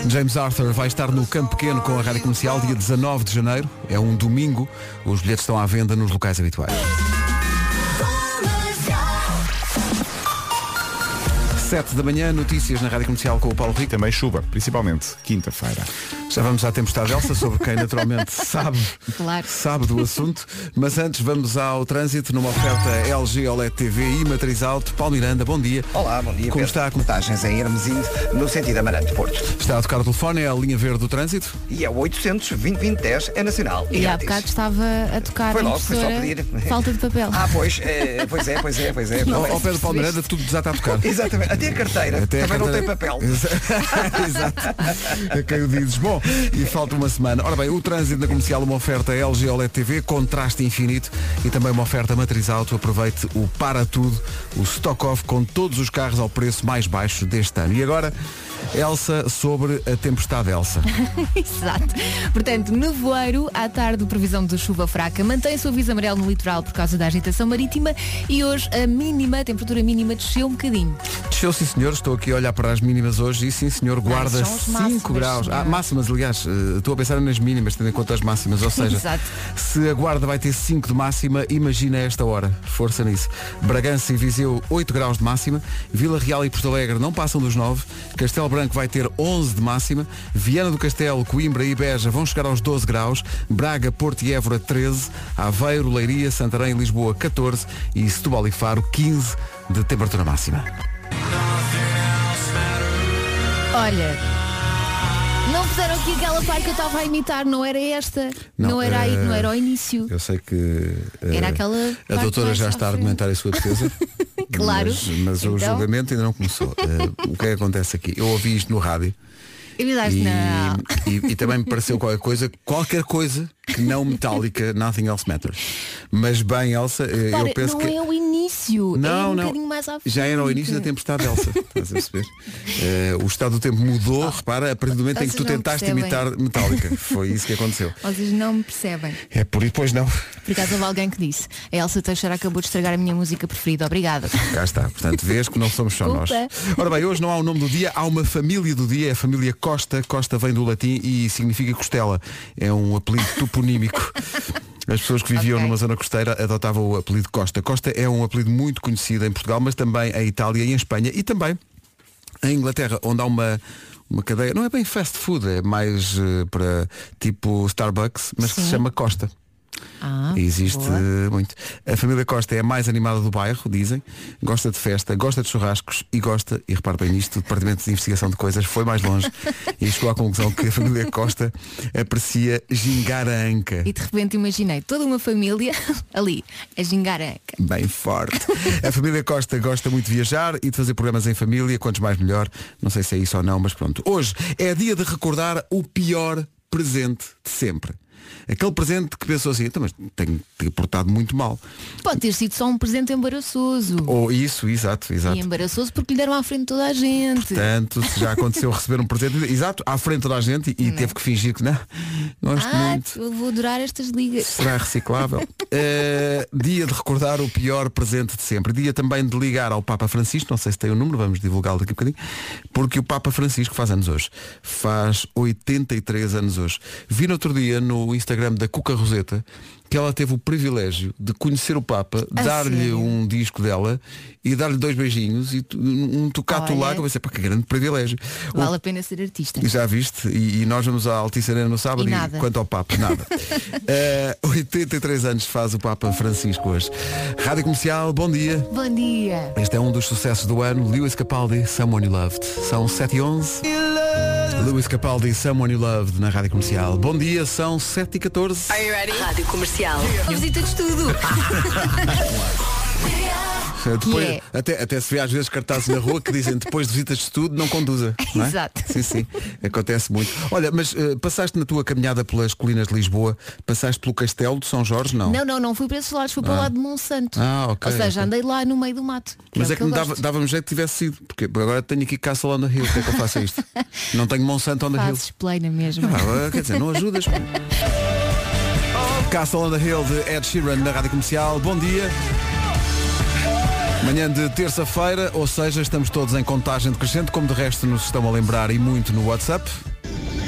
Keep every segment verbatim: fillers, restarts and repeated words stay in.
James Arthur vai estar no Campo Pequeno com a Rádio Comercial dia dezanove de janeiro. É um domingo. Os bilhetes estão à venda nos locais habituais. sete da manhã, notícias na Rádio Comercial com o Paulo Rico. Também chuva, principalmente quinta-feira. Já vamos à tempestade Elsa, sobre quem naturalmente sabe, claro. sabe do assunto. Mas antes vamos ao trânsito numa oferta L G O L E D T V e Matriz Alto. Paulo Miranda, bom dia. Olá, bom dia. Como está a contagem em Hermesinde, no sentido Amarante-Porto? Está a tocar o telefone, é a linha verde do trânsito. E é o oitocentos, vinte, vinte, dez, é nacional. E, e há bocado estava a tocar. Foi logo, foi só pedir. Falta de papel. Ah, pois, é, pois é, pois é, pois é. Ao, ao pé do Paulo Miranda tudo desata a tocar. Exatamente, até a carteira. Até Também a carteira. não tem papel. Exato. A quem o dizes. Bom, e falta uma semana. Ora bem, o trânsito na comercial, uma oferta L G O L E D T V, contraste infinito e também uma oferta Matriz Auto. Aproveite o Para Tudo, o Stock Off com todos os carros ao preço mais baixo deste ano. E agora, Elsa, sobre a tempestade Elsa. Exato. Portanto, nevoeiro, à tarde previsão de chuva fraca, mantém-se o aviso amarelo no litoral por causa da agitação marítima e hoje a mínima, a temperatura mínima desceu um bocadinho. Desceu, sim senhor, estou aqui a olhar para as mínimas hoje e sim senhor, guarda cinco graus. Ah, máximas, aliás, estou a pensar nas mínimas, tendo em conta as máximas, ou seja, Exato. Se a Guarda vai ter cinco de máxima, imagina esta hora, força nisso. Bragança e Viseu oito graus de máxima, Vila Real e Porto Alegre não passam dos nove, Castelo Branco vai ter onze de máxima, Viana do Castelo, Coimbra e Beja vão chegar aos doze graus, Braga, Porto e Évora treze, Aveiro, Leiria, Santarém e Lisboa catorze e Setúbal e Faro quinze de temperatura máxima. Olha, não fizeram aqui aquela parte que eu estava a imitar, não era esta, Não, não, era, aí, eh, não era ao início. Eu sei que uh, Era aquela a parte doutora mais já à está a frente. argumentar em sua defesa. Claro. Mas, mas o Então? julgamento ainda não começou. Uh, o que é que acontece aqui? Eu ouvi isto no rádio. E me daste, E, não. e, e também me pareceu qualquer coisa, qualquer coisa que não Metallica, Nothing Else Matters. Mas bem, Elsa, eh, Para, eu penso não que. é o início, Não, é um não. bocadinho mais à frente. Já era o início da tempestade Elsa. Estás a perceber? Eh, o estado do tempo mudou, repara, a partir do momento em que tu Vocês não tentaste percebem. imitar Metallica. Foi isso que aconteceu. Vocês não me percebem. É por isso, pois não. Por acaso houve alguém que disse, a Elsa Teixeira acabou de estragar a minha música preferida, obrigada. Cá está, portanto vês que não somos só nós. Desculpa. Ora bem, hoje não há o nome do dia, há uma família do dia, é a família Costa. Costa vem do latim e significa costela. É um apelido toponímico. As pessoas que viviam Ok. numa zona costeira adotavam o apelido Costa. Costa é um apelido muito conhecido em Portugal, mas também em Itália e em Espanha e também em Inglaterra, onde há uma uma cadeia, não é bem fast food, é mais uh, para tipo Starbucks, mas que se Sim. chama Costa. Ah, Existe boa. muito. A família Costa é a mais animada do bairro, dizem. Gosta de festa, gosta de churrascos e gosta, e repare bem nisto, o Departamento de Investigação de Coisas foi mais longe e chegou à conclusão que a família Costa aprecia gingar a anca. E de repente imaginei toda uma família ali, a gingar a anca. Bem forte. A família Costa gosta muito de viajar e de fazer programas em família, quantos mais melhor. Não sei se é isso ou não, mas pronto. Hoje é dia de recordar o pior presente de sempre. Aquele presente que pensou assim, então, mas tenho ter portado muito mal. Pode ter sido só um presente embaraçoso. Ou isso, exato, exato. E embaraçoso porque lhe deram à frente toda a gente. Portanto, se já aconteceu receber um presente, exato, à frente de toda a gente e, e teve que fingir que não, gosto ah, muito. eu vou adorar estas ligas. Será reciclável? Uh, dia de recordar o pior presente de sempre. Dia também de ligar ao Papa Francisco. Não sei se tem o número, vamos divulgá-lo daqui a bocadinho. Porque o Papa Francisco faz anos hoje. Faz oitenta e três anos hoje. Vi no outro dia no Instagram da Cuca Roseta que ela teve o privilégio de conhecer o Papa, A dar-lhe sério? um disco dela e dar-lhe dois beijinhos e tu- um tocato Olha. lá, que eu pensei, pá, que grande privilégio. O- Vale a pena ser artista. Já viste? E, e nós vamos à Altice Arena no sábado E e, nada. quanto ao Papa, nada. uh, oitenta e três anos faz o Papa Francisco hoje. Rádio Comercial, bom dia. Bom dia. Este é um dos sucessos do ano, Lewis Capaldi, Someone You Loved. São sete e onze. Lewis Capaldi, Someone You Loved na Rádio Comercial. Bom dia, são sete e catorze. Rádio Comercial. Visita de estudo. Depois, Que é? até, até se vê às vezes cartazes na rua que dizem depois de visitas de estudo não conduza. Não é? Exato. Sim, sim. Acontece muito. Olha, mas uh, passaste na tua caminhada pelas colinas de Lisboa, passaste pelo Castelo de São Jorge, não? Não, não, não fui para esses lados, fui para o lado de Monsanto. Ah, ok, Ou seja, ok. andei lá no meio do mato. Mas é, é o que me eu dava, gosto. dava-me jeito que tivesse sido. Porque agora tenho aqui Castle on the Hill. Quer que eu faça isto? Não tenho Monsanto on the Hill. Fazes play na mesma. Ah, quer dizer, não ajudas. Castle on the Hill de Ed Sheeran na Rádio Comercial. Bom dia. Manhã de terça-feira, ou seja, estamos todos em contagem decrescente, como de resto nos estão a lembrar e muito no WhatsApp.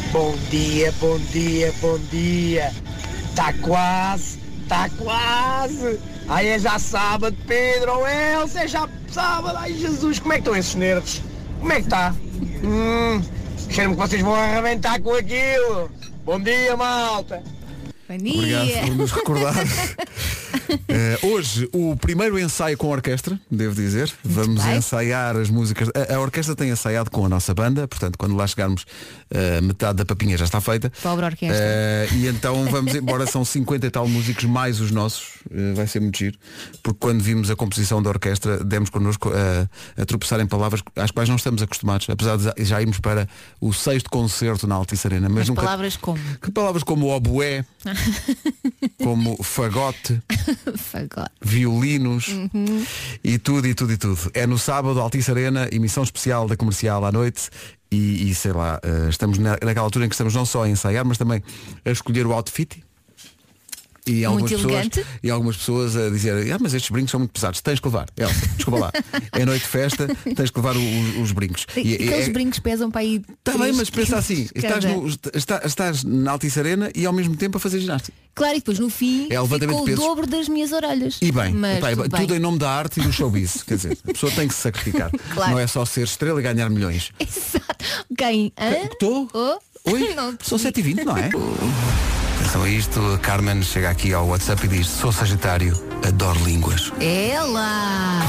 Bom dia, bom dia, bom dia. Tá quase, tá quase. Aí é já sábado, Pedro, ou Elsa, é já sábado. Ai, Jesus, como é que estão esses nervos? Como é que está? Hum, cheiro-me que vocês vão arrebentar com aquilo. Bom dia, malta. Bom dia. Obrigado por nos recordar. Uh, hoje o primeiro ensaio com a orquestra, devo dizer. Vamos bem. ensaiar as músicas. A, a orquestra tem ensaiado com a nossa banda, portanto quando lá chegarmos uh, metade da papinha já está feita. Pobre orquestra. Uh, e então vamos embora, são cinquenta e tal músicos mais os nossos. Uh, vai ser muito giro. Porque quando vimos a composição da orquestra demos connosco a, a tropeçar em palavras às quais não estamos acostumados, apesar de já irmos para o sexto concerto na Altice Arena. Mas As nunca... palavras como? Que palavras como oboé, como fagote, Fagote. violinos Uhum. e tudo e tudo e tudo. É no sábado, Altice Arena, emissão especial da Comercial à noite e, e sei lá, uh, estamos na, naquela altura em que estamos não só a ensaiar, mas também a escolher o outfit. E algumas, Muito pessoas, elegante. e algumas pessoas a dizer, ah, mas estes brincos são muito pesados, tens que levar. Elsa, desculpa lá. É noite de festa, tens que levar o- os, os brincos. E, E- aqueles é- brincos pesam para aí. Tá três bem, mas pensa quilos assim, estás, cada. no, está- estás na Altice Arena e ao mesmo tempo a fazer ginástica. Claro, e depois no fim É levantamento ficou de o pesos. dobro das minhas orelhas. E bem, mas epá, tudo, tudo bem. em nome da arte e do showbiz. Quer dizer, a pessoa tem que se sacrificar. Claro. Não é só ser estrela e ganhar milhões. Exato. Quem? Hã? Estou? Oh? Oi? Não São percebi. sete e vinte, não é? Atenção a isto, a Carmen chega aqui ao WhatsApp e diz, sou Sagitário, adoro línguas. Ela!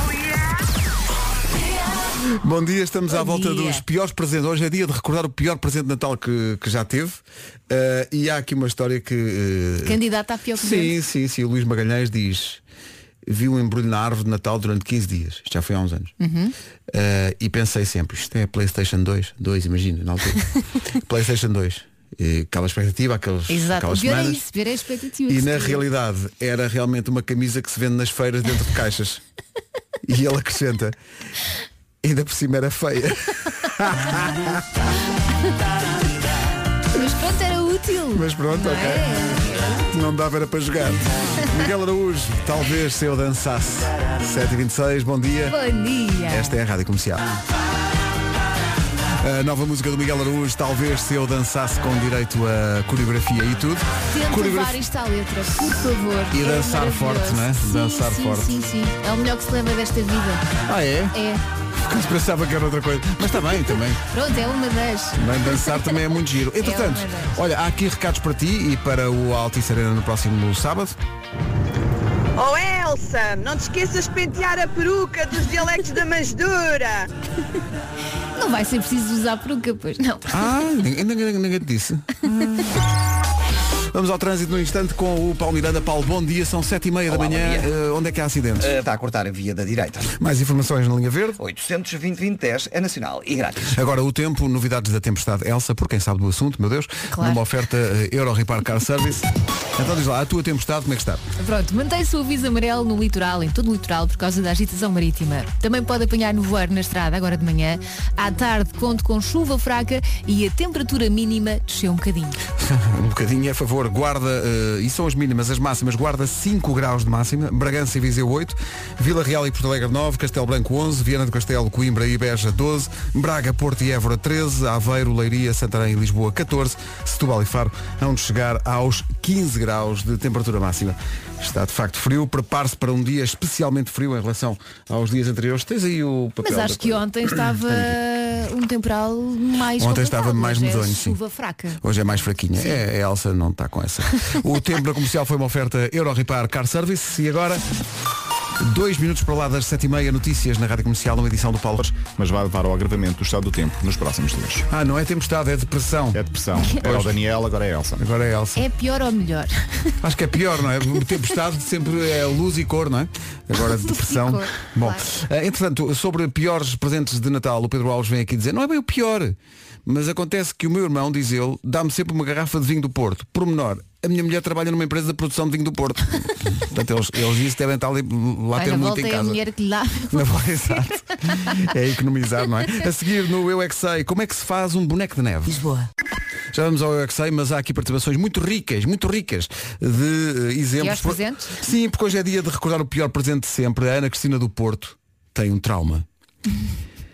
Bom dia, estamos Bom à volta dia. dos piores presentes. Hoje é dia de recordar o pior presente de Natal que, que já teve. Uh, e há aqui uma história que... uh, Candidata a pior Sim, presente. sim, sim. O Luís Magalhães diz, vi um embrulho na árvore de Natal durante quinze dias. Isto já foi há uns anos. Uhum. Uh, e pensei sempre, isto é PlayStation dois. dois, imagina, na altura. PlayStation dois. E aquela expectativa, aqueles, Exato. O aquelas pior é semanas. isso, ver a expectativa. E que se na cria. realidade era realmente uma camisa que se vende nas feiras dentro de caixas. E ele acrescenta, ainda por cima era feia. Mas pronto, era útil. Mas pronto, Não ok. é? Não dava era para jogar. Miguel Araújo, talvez se eu dançasse. sete e vinte e seis, bom dia. Bom dia. Esta é a Rádio Comercial. A nova música do Miguel Araújo, talvez se eu dançasse com direito a coreografia e tudo. Tenta Coreografia- levar isto à letra, por favor. E É dançar maravilhoso. forte, não é? Sim, Dançar sim, forte. Sim, sim. É o melhor que se lembra desta vida. Ah, é? É. Porque pensava que era outra coisa. Mas está bem, também. Pronto, é uma das. Bem, dançar também é muito giro. Entretanto, uma das. olha, há aqui recados para ti e para o Altice Arena no próximo sábado. Oh Elsa, não te esqueças de pentear a peruca dos dialectos da manjedoura. Não vai ser preciso usar peruca, pois não. Ah, ninguém, ninguém, ninguém te disse. Vamos ao trânsito no instante com o Paulo Miranda. Paulo, bom dia, são sete e meia da Olá, manhã. bom dia. Eh, onde é que há acidentes? Uh, está a cortar a via da direita. Mais informações na linha verde. oitocentos e vinte, vinte, dez é nacional e grátis. Agora o tempo, novidades da tempestade Elsa, por quem sabe do assunto, meu Deus, Claro. numa oferta eh, Euro Repar Car Service. Então diz lá, a tua tempestade como é que está? Pronto, mantém-se o aviso amarelo no litoral, em todo o litoral, por causa da agitação marítima. Também pode apanhar nevoeiro na estrada agora de manhã. À tarde conto com chuva fraca e a temperatura mínima desceu um bocadinho. Um bocadinho, a favor, Guarda, uh, e são as mínimas, as máximas, Guarda cinco graus de máxima, Bragança e Viseu oito, Vila Real e Porto Alegre nove, Castelo Branco onze, Viana do Castelo, Coimbra e Beja doze, Braga, Porto e Évora treze, Aveiro, Leiria, Santarém e Lisboa catorze, Setúbal e Faro hão de chegar aos quinze graus de temperatura máxima. Está de facto frio, prepare-se para um dia especialmente frio em relação aos dias anteriores. Tens aí o papel. Mas acho da que coisa. ontem estava um temporal mais Ontem estava confortável, mais hoje é medonho, sim. chuva fraca. Hoje é mais fraquinha. É, a Elsa não está com essa. O tempo na comercial foi uma oferta Euro Repar Car Service e agora dois minutos para lá das sete e meia, notícias na Rádio Comercial, numa edição do Paulo. Mas vai levar ao agravamento do estado do tempo nos próximos dias. Ah, não é tempestade, é depressão. É depressão. Era o Daniel, agora é a Elsa. Agora é a Elsa. É pior ou melhor? Acho que é pior, não é? O tempestade sempre é luz e cor, não é? Agora de depressão. cor, Bom, claro. eh, entretanto, sobre piores presentes de Natal, o Pedro Alves vem aqui dizer, não é bem o pior, mas acontece que o meu irmão, diz ele, dá-me sempre uma garrafa de vinho do Porto. Por menor, a minha mulher trabalha numa empresa de produção de vinho do Porto. Portanto, eles, eles dizem que devem estar ali, lá Vai ter na muito volta em é a casa. mulher que lhe dá. Na volta, exato. É economizar, não é? A seguir no Eu É Que Sei, como é que se faz um boneco de neve? Lisboa. Já vamos ao Eu É Que Sei, mas há aqui participações muito ricas, muito ricas de eh, exemplos. Piores presentes? Sim, porque hoje é dia de recordar o pior presente de sempre. A Ana Cristina do Porto tem um trauma.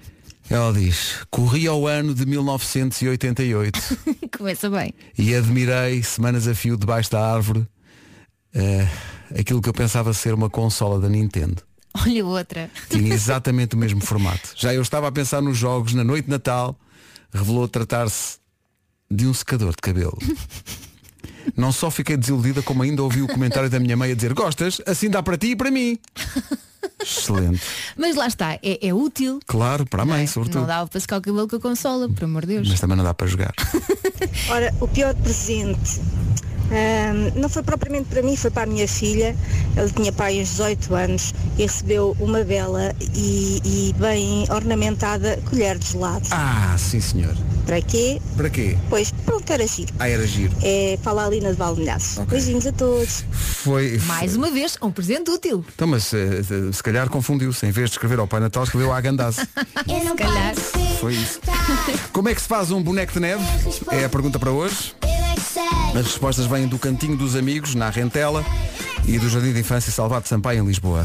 Ela diz, corri ao ano de mil novecentos e oitenta e oito Começa bem. e admirei semanas a fio debaixo da árvore uh, aquilo que eu pensava ser uma consola da Nintendo. Olha outra. Tinha exatamente o mesmo formato. Já eu estava a pensar nos jogos na noite de Natal, revelou tratar-se de um secador de cabelo. Não só fiquei desiludida, como ainda ouvi o comentário da minha mãe a dizer, gostas? Assim dá para ti e para mim. Excelente. Mas lá está, é, é útil. Claro, para a mãe, Não é? sobretudo. Não dava para secar o cabelo com a consola, por amor de Deus. Mas também não dá para jogar. Ora, o pior presente ahm, não foi propriamente para mim, foi para a minha filha. Ela tinha pai uns dezoito anos e recebeu uma bela e, e bem ornamentada colher de gelado. Ah, sim senhor. Para quê? Para quê? Pois, pronto, era giro. Ah, era giro. É para lá ali na de Valmelhaço. Ok. Beijinhos a todos. Foi... Mais uma vez, um presente útil. Então, mas eh, se calhar confundiu-se. Em vez de escrever ao Pai Natal, escreveu à Gandaz. Se calhar. Foi isso. Como é que se faz um boneco de neve? É a pergunta para hoje. As respostas vêm do Cantinho dos Amigos, na Rentela, e do Jardim de Infância Salvado Sampaio, em Lisboa.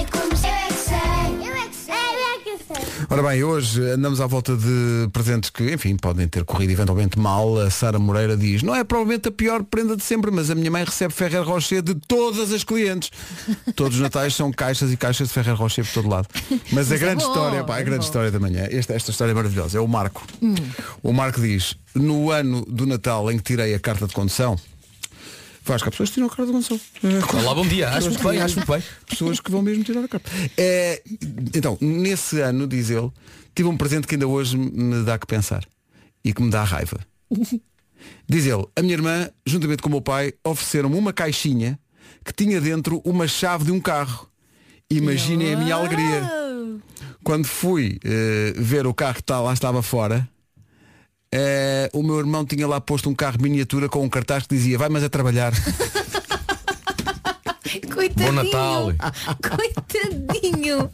Ora bem, hoje andamos à volta de presentes que, enfim, podem ter corrido eventualmente mal. A Sara Moreira diz, não é provavelmente a pior prenda de sempre, mas a minha mãe recebe Ferrero Rocher de todas as clientes. Todos os natais são caixas e caixas de Ferrero Rocher por todo lado. Mas a Isso é grande bom, história, pá, a é grande bom. história da manhã, esta, esta história é maravilhosa, é o Marco. Hum. O Marco diz, no ano do Natal em que tirei a carta de condução, Faz que há pessoas que tiram a carta de condução. Olá, bom dia. Acho muito bem, acho muito bem. Pessoas que vão mesmo tirar a carta. É, então, nesse ano, diz ele, tive um presente que ainda hoje me dá que pensar e que me dá raiva. Diz ele, a minha irmã, juntamente com o meu pai, ofereceram-me uma caixinha que tinha dentro uma chave de um carro. Imaginem a minha alegria. Quando fui uh, ver o carro que tá, lá estava fora, uh, o meu irmão tinha lá posto um carro miniatura com um cartaz que dizia vai, mas a trabalhar. Coitadinho. Bom Natal. Coitadinho.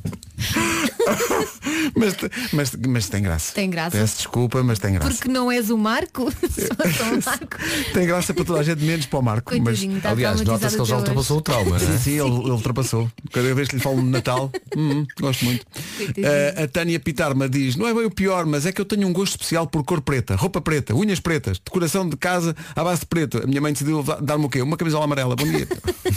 mas, mas, mas tem graça. Tem graça. Peço desculpa, mas tem graça. Porque não és o Marco. Só sou o Marco. Tem graça para toda a gente, menos para o Marco. Coitadinho, Mas, está aliás, nota-se que ele já traumatizado ultrapassou o trauma, não é? sim, ele, ele ultrapassou. Cada vez que lhe falo de Natal, hum, gosto muito. Uh, a Tânia Pitarma diz, não é bem o pior, mas é que eu tenho um gosto especial por cor preta, roupa preta, unhas pretas, decoração de casa à base de preto. A minha mãe decidiu dar-me o quê? Uma camisola amarela. Bom dia.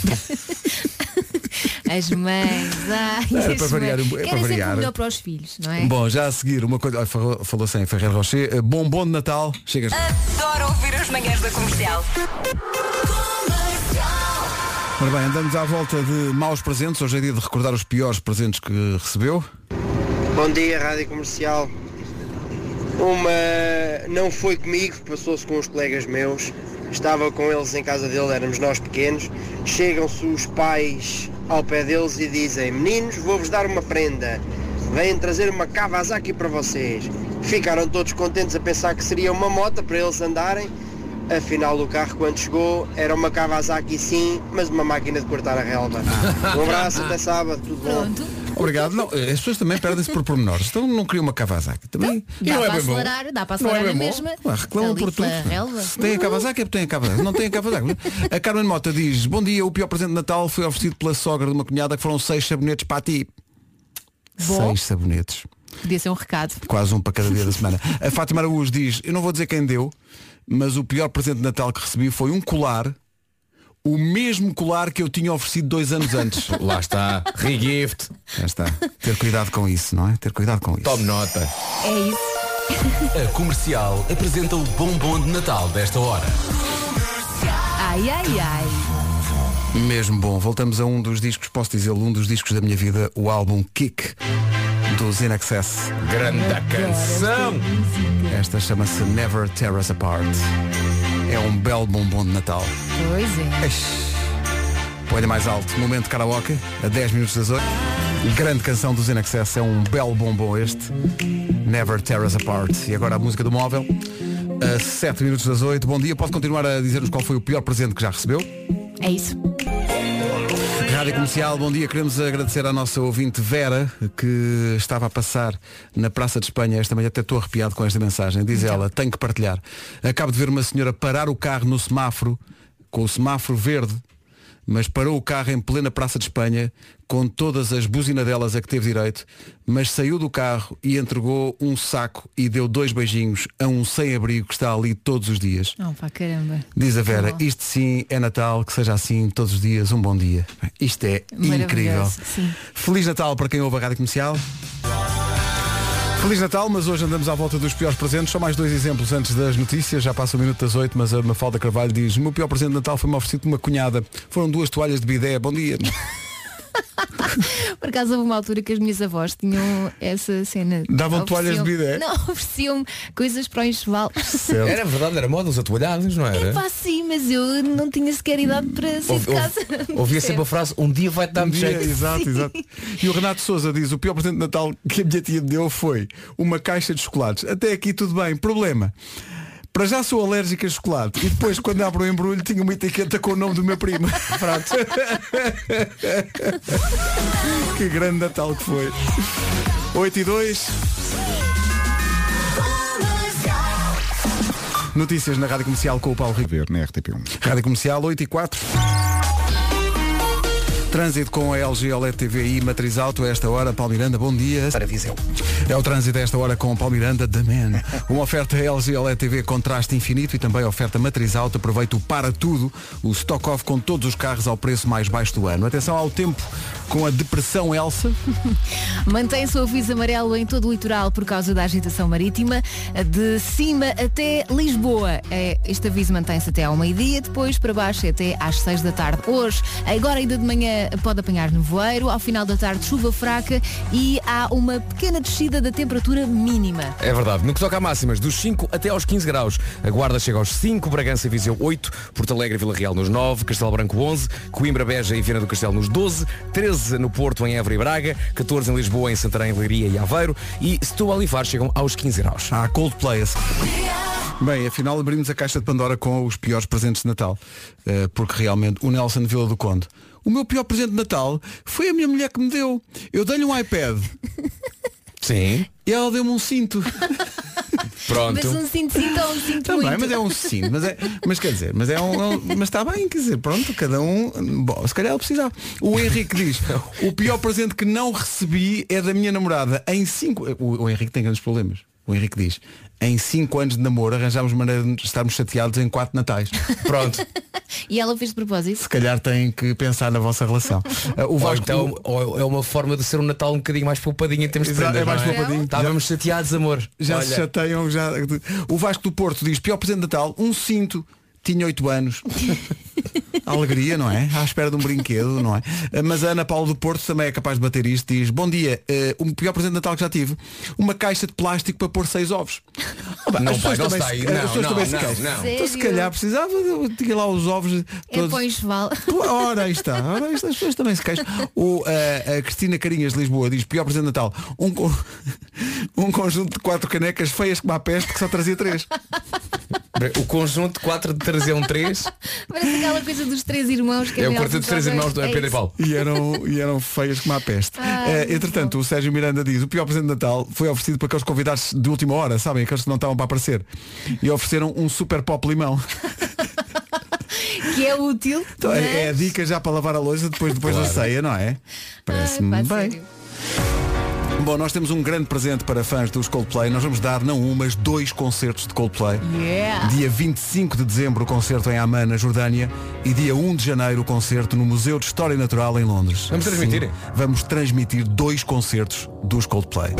As mães, ai, É, as para variar, mães. é para Querem sempre variar. o melhor para os filhos, não é? Bom, já a seguir, uma coisa. Falou, falou sem Ferrero Rocher. Bombom de Natal. Chega. Adoro ouvir as manhãs da Comercial. Ora bem, andamos à volta de maus presentes. Hoje é dia de recordar os piores presentes que recebeu. Bom dia, Rádio Comercial. Uma não foi comigo, passou-se com os colegas meus. Estava com eles em casa dele, éramos nós pequenos. Chegam-se os pais ao pé deles e dizem: meninos, vou-vos dar uma prenda. Vêm trazer uma Kawasaki para vocês. Ficaram todos contentes a pensar que seria uma moto para eles andarem. Afinal, o carro, quando chegou, era uma Kawasaki sim, mas uma máquina de cortar a relva. Um abraço, até sábado, tudo bom. Pronto. Obrigado. Não, as pessoas também perdem-se por pormenores. Então não queriam uma Kawasaki. Também. Dá não é para bem bom. acelerar, dá para Não é acelerar bem na bom. mesma. Ué, reclamam Ali por tudo. pela relva. Se tem a Kawasaki é porque tem a Kawasaki. Não tem a Kawasaki. A Carmen Mota diz, bom dia, o pior presente de Natal foi oferecido pela sogra de uma cunhada que foram seis sabonetes para ti. Bom. Seis sabonetes. Podia ser um recado. Quase um para cada dia da semana. A Fátima Araújo diz, eu não vou dizer quem deu, mas o pior presente de Natal que recebi foi um colar, o mesmo colar que eu tinha oferecido dois anos antes. Lá está. Regift. Já está. Ter cuidado com isso, não é? Ter cuidado com isso. Tome nota. É isso. A Comercial apresenta o bombom de Natal desta hora. Ai, ai, ai. Mesmo bom. Voltamos a um dos discos, posso dizê-lo, um dos discos da minha vida, o álbum Kick, dos In Excess. Grande canção. Esta chama-se Never Tear Us Apart. É um belo bombom de Natal. Pois é. Põe mais alto. Momento de karaoke, a dez minutos das oito. Grande canção dos In Excess. É um belo bombom este. Never Tear Us Apart. E agora a música do móvel. A sete minutos das oito. Bom dia. Pode continuar a dizer-nos qual foi o pior presente que já recebeu? É isso. Rádio Comercial, bom dia. Queremos agradecer à nossa ouvinte Vera, que estava a passar na Praça de Espanha esta manhã. Até estou arrepiado com esta mensagem. Diz ela, tenho que partilhar. Acabo de ver uma senhora parar o carro no semáforo, com o semáforo verde, mas parou o carro em plena Praça de Espanha, com todas as buzinadelas a que teve direito, mas saiu do carro e entregou um saco e deu dois beijinhos a um sem-abrigo que está ali todos os dias. Oh, pá, caramba. Diz a Vera, Oh. isto sim é Natal, que seja assim todos os dias, um bom dia. Bem, isto é incrível. Maravilhoso, sim. Feliz Natal para quem ouve a Rádio Comercial. Feliz Natal, mas hoje andamos à volta dos piores presentes. Só mais dois exemplos antes das notícias. Já passa o minuto das oito, mas a Mafalda Carvalho diz: o meu pior presente de Natal foi-me oferecido por uma cunhada. Foram duas toalhas de bidé. Bom dia. Por acaso houve uma altura que as minhas avós tinham essa cena. Davam toalhas de bidé? Não, ofereciam-me coisas para o enxoval. Certo. Era verdade, era moda, os atualhados, não era? Pá, sim, mas eu não tinha sequer idade para sair de casa. Ouvia sempre a frase, um dia vai-te dar Um muito dia, jeito. exato, exato. E o Renato Sousa diz: o pior presente de Natal que a minha tia me deu foi uma caixa de chocolates. Até aqui tudo bem. Problema: para já sou alérgico a chocolate. E depois, quando abro o embrulho, tinha uma etiqueta com o nome do meu primo. Pronto. Que grande Natal que foi. oito e dois. Notícias na Rádio Comercial com o Paulo Rico. Ver na R T P um. Rádio Comercial oito e quatro. Trânsito com a L G O L E D T V I Matriz Auto a esta hora. Paulo Miranda, bom dia. Para Viseu. É o trânsito a esta hora com o Paulo Miranda, da Man. Uma oferta L G O L E D T V contraste infinito e também oferta Matriz Auto. Aproveita o Para Tudo, o stock off com todos os carros ao preço mais baixo do ano. Atenção ao tempo com a depressão Elsa. Mantém-se o aviso amarelo em todo o litoral por causa da agitação marítima, de cima até Lisboa. É, este aviso mantém-se até ao meio-dia, depois para baixo até às seis da tarde. Hoje, agora ainda de manhã pode apanhar nevoeiro, ao final da tarde chuva fraca e há uma pequena descida da temperatura mínima. É verdade. No que toca a máximas, dos cinco até aos quinze graus. A Guarda chega aos cinco, Bragança e Viseu oito, Porto Alegre e Vila Real nos nove, Castelo Branco onze, Coimbra, Beja e Viana do Castelo nos doze, treze no Porto, em Évora e Braga, catorze em Lisboa, em Santarém, Leiria e Aveiro e Setúbal e Faro chegam aos quinze graus. Há Coldplay. Bem, afinal abrimos a caixa de Pandora com os piores presentes de Natal. Uh, porque realmente o Nelson de Vila do Conde: o meu pior presente de Natal foi a minha mulher que me deu. Eu dei-lhe um iPad. Sim. E ela deu-me um cinto. Pronto. Mas um cinto cinto ou um cinto Também, muito. mas é um cinto. Mas, é, mas quer dizer, mas é um, é um- mas está bem, quer dizer, pronto, cada um. Bom, se calhar ele precisava. O Henrique diz: o pior presente que não recebi é da minha namorada. Em cinco. O, o Henrique tem grandes problemas. O Henrique diz: em cinco anos de namoro arranjámos maneira de estarmos chateados em quatro natais. Pronto. E ela fez de propósito. Se calhar têm que pensar na vossa relação. Uh, o Ou Vasco, então ou é uma forma de ser um Natal um bocadinho mais poupadinho em termos de Exato, prendas, é mais não poupadinho. Estávamos chateados, amor. já Olha, se chateiam. Já... O Vasco do Porto diz: pior presente de Natal, um cinto. Tinha oito anos. Alegria, não é? À espera de um brinquedo, não é? Mas a Ana Paula do Porto também é capaz de bater isto. Diz: bom dia, uh, o pior presente de Natal que já tive, uma caixa de plástico para pôr seis ovos. Oh, Não, as pessoas pai, não também está se- aí. as Não, pessoas não, também se não, queixam. não. Então se Sério? calhar precisava, eu tinha lá os ovos É todos. para o enxoval. Ora, aí está. Ora, isto, as pessoas também se queixam. O, a, a Cristina Carinhas de Lisboa diz: pior presente de Natal, um, co- um conjunto de quatro canecas feias como a peste que só trazia três. O conjunto quatro de três é um três. Parece aquela coisa dos três irmãos que É o Nelson quarteto dos três só irmãos do é Pedro e isso. Paulo. E eram, e eram feias como a peste. Ai, Eh, entretanto, o Sérgio Miranda diz: o pior presente de Natal foi oferecido para aqueles convidados de última hora, sabem? Aqueles que não estavam para aparecer. E ofereceram um super pop limão. Que é útil. Então, mas... é, é a dica já para lavar a louça depois, depois Claro. da ceia, não é? Parece-me Ai, pá, bem. sério. Bom, nós temos um grande presente para fãs dos Coldplay. Nós vamos dar não um, mas dois concertos de Coldplay. Yeah. Dia vinte e cinco de dezembro o concerto em Amman, na Jordânia, e dia um de janeiro o concerto no Museu de História Natural em Londres. Vamos transmitir? Sim, vamos transmitir dois concertos dos Coldplay.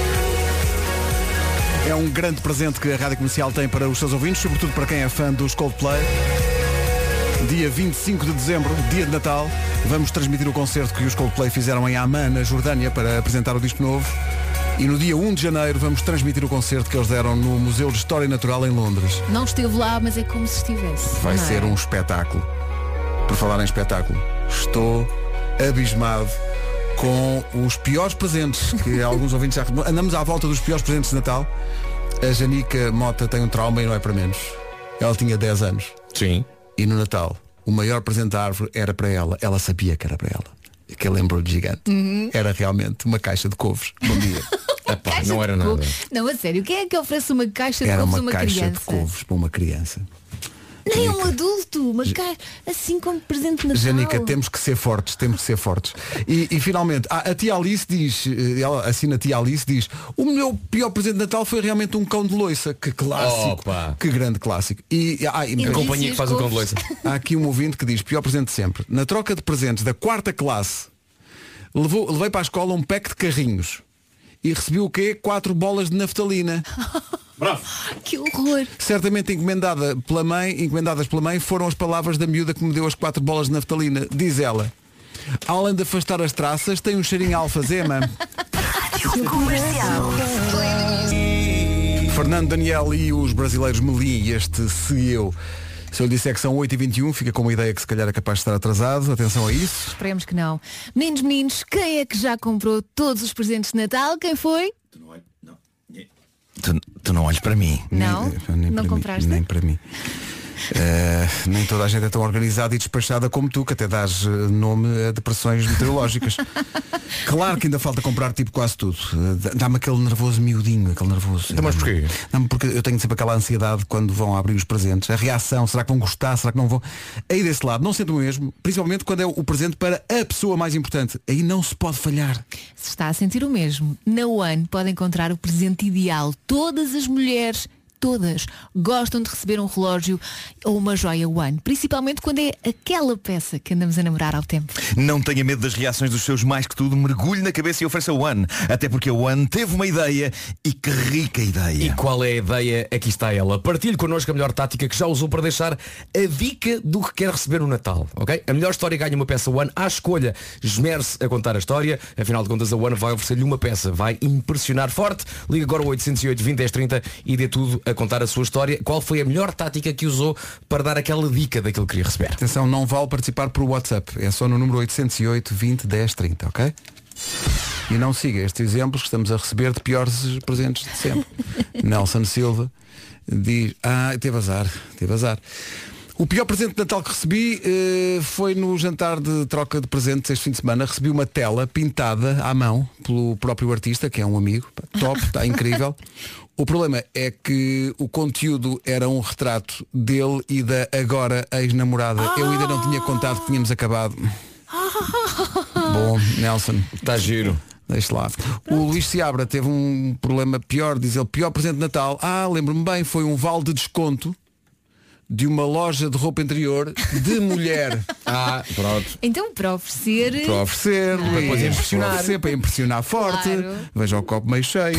É um grande presente que a Rádio Comercial tem para os seus ouvintes, sobretudo para quem é fã dos Coldplay. Dia vinte e cinco de dezembro, dia de Natal, vamos transmitir o concerto que os Coldplay fizeram em Amman, na Jordânia, para apresentar o disco novo. E no dia um de janeiro vamos transmitir o concerto que eles deram no Museu de História Natural em Londres. Não esteve lá, mas é como se estivesse. Vai não é? ser um espetáculo. Por falar em espetáculo, estou abismado com os piores presentes que alguns ouvintes já... Andamos à volta dos piores presentes de Natal. A Janica Mota tem um trauma e não é para menos. Ela tinha dez anos. Sim. E no Natal, o maior presente da árvore era para ela. Ela sabia que era para ela. Aquele embrulho gigante. Uhum. Era realmente uma caixa de couves. Bom dia. Epá, Caixa não de era couve. nada. Não, a sério, quem é que oferece uma caixa de Era couves a uma uma caixa criança? de couves para uma criança. Nem um adulto, mas cá, assim como presente de Natal. Janica, temos que ser fortes, temos que ser fortes. E, e finalmente, a, a tia Alice diz, ela assina a tia Alice, diz, o meu pior presente de Natal foi realmente um cão de loiça. Que clássico. Opa. Que grande clássico. E, ah, e a companhia que faz o cão de loiça. Há aqui um ouvinte que diz, pior presente de sempre. Na troca de presentes da quarta classe, levou, levei para a escola um pack de carrinhos. E recebi o quê? Quatro bolas de naftalina. Bravo. Que horror. Certamente encomendada pela mãe, encomendadas pela mãe foram as palavras da miúda que me deu as quatro bolas de naftalina. Diz ela, além de afastar as traças, tem um cheirinho a alfazema. Fernando Daniel e os brasileiros Melim, este Se Eu. Se eu lhe disser que são oito e vinte e um, fica com uma ideia que se calhar é capaz de estar atrasado. Atenção a isso. Esperemos que não. Meninos, meninos, quem é que já comprou todos os presentes de Natal? Quem foi? Tu, tu não olhes para mim. Não? Nem, nem não para compraste? Mim, nem para mim. Uh, nem toda a gente é tão organizada e despachada como tu, que até dás uh, nome a depressões meteorológicas. Claro que ainda falta comprar tipo quase tudo. Uh, Dá-me aquele nervoso miudinho, aquele nervoso. Então, mas porquê? Dá-me porque eu tenho sempre aquela ansiedade quando vão abrir os presentes. A reação, será que vão gostar, será que não vão? Aí desse lado, não sendo o mesmo, principalmente quando é o presente para a pessoa mais importante. Aí não se pode falhar. Se está a sentir o mesmo, na One pode encontrar o presente ideal. Todas as mulheres, todas, gostam de receber um relógio ou uma joia One, principalmente quando é aquela peça que andamos a namorar ao tempo. Não tenha medo das reações dos seus mais que tudo, mergulhe na cabeça e ofereça a One. Até porque a One teve uma ideia e que rica ideia. E qual é a ideia? Aqui está ela. Partilhe connosco a melhor tática que já usou para deixar a dica do que quer receber no Natal, ok? A melhor história ganha uma peça One à escolha. Esmere-se a contar a história. Afinal de contas, a One vai oferecer-lhe uma peça. Vai impressionar forte. Liga agora o oito zero oito, vinte, dez, trinta e dê tudo a contar a sua história. Qual foi a melhor tática que usou para dar aquela dica daquilo que queria receber? Atenção, não vale participar por WhatsApp. É só no número oito zero oito, vinte, dez, trinta, ok? E não siga estes exemplos que estamos a receber de piores presentes de sempre. Nelson Silva diz, ah, teve azar, teve azar. O pior presente de Natal que recebi uh, foi no jantar de troca de presentes este fim de semana. Recebi uma tela pintada à mão pelo próprio artista, que é um amigo. Top, está incrível. O problema é que o conteúdo era um retrato dele e da agora ex-namorada. Eu ainda não tinha contado que tínhamos acabado. Bom, Nelson. Está giro. Deixa lá. O Luís Seabra teve um problema pior, diz ele, pior presente de Natal. Ah, lembro-me bem, foi um vale de desconto de uma loja de roupa interior de mulher. Ah, pronto. Então, para oferecer... Para oferecer, Ah, para, é. impressionar. Para, oferecer, para impressionar forte. Claro. Veja o copo meio cheio.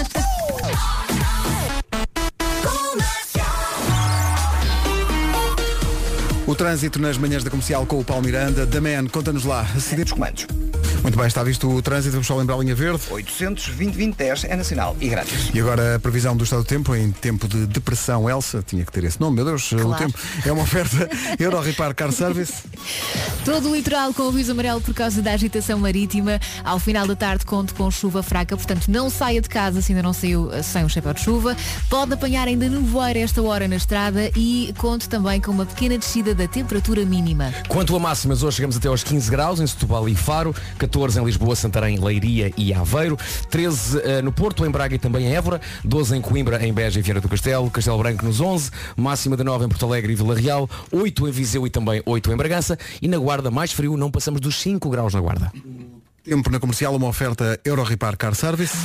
O trânsito nas manhãs da comercial com o Paulo Miranda. Da Man, conta-nos lá. Acidentes comandos. Muito bem, está visto o trânsito, vamos só lembrar a linha verde. oitocentos, vinte, vinte, dez é nacional e grátis. E agora a previsão do estado do tempo em tempo de depressão. Elsa, tinha que ter esse nome, meu Deus, Claro. o tempo é uma oferta Euro Repar Car Service. Todo o litoral com o aviso amarelo por causa da agitação marítima. Ao final da tarde conto com chuva fraca, portanto não saia de casa se ainda não saiu sem um chapéu de chuva. Pode apanhar ainda nevoeiro esta hora na estrada e conto também com uma pequena descida da temperatura mínima. Quanto a máximas, hoje chegamos até aos quinze graus em Setúbal e Faro, catorze em Lisboa, Santarém, Leiria e Aveiro, treze uh, no Porto, em Braga e também em Évora, doze em Coimbra, em Beja e Viana do Castelo, Castelo Branco nos onze, máxima de nove em Porto Alegre e Vila Real, oito em Viseu e também oito em Bragança e na Guarda mais frio, não passamos dos cinco graus na Guarda. Tempo na comercial, uma oferta Euro Repar Car Service.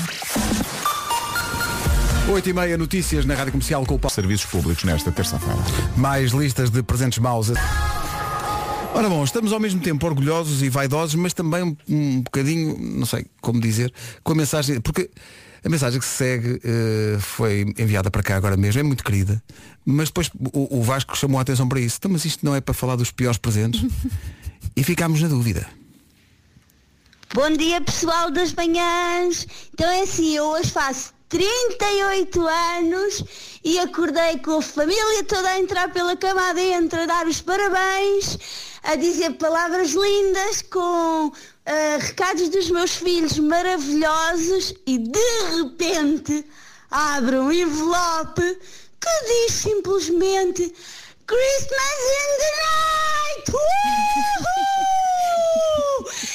oito e meia notícias na Rádio Comercial com o Paulo. Serviços públicos nesta terça-feira. Mais listas de presentes maus. Ora bom, estamos ao mesmo tempo orgulhosos e vaidosos, mas também um, um bocadinho, não sei como dizer, com a mensagem, porque a mensagem que se segue uh, foi enviada para cá agora mesmo, é muito querida, mas depois o, o Vasco chamou a atenção para isso. Então, mas isto não é para falar dos piores presentes? E ficámos na dúvida. Bom dia, pessoal das manhãs. Então é assim, eu hoje faço trinta e oito anos e acordei com a família toda a entrar pela cama adentro, a dar os parabéns, a dizer palavras lindas com uh, recados dos meus filhos maravilhosos e de repente abro um envelope que diz simplesmente Christmas in the night! Uhul!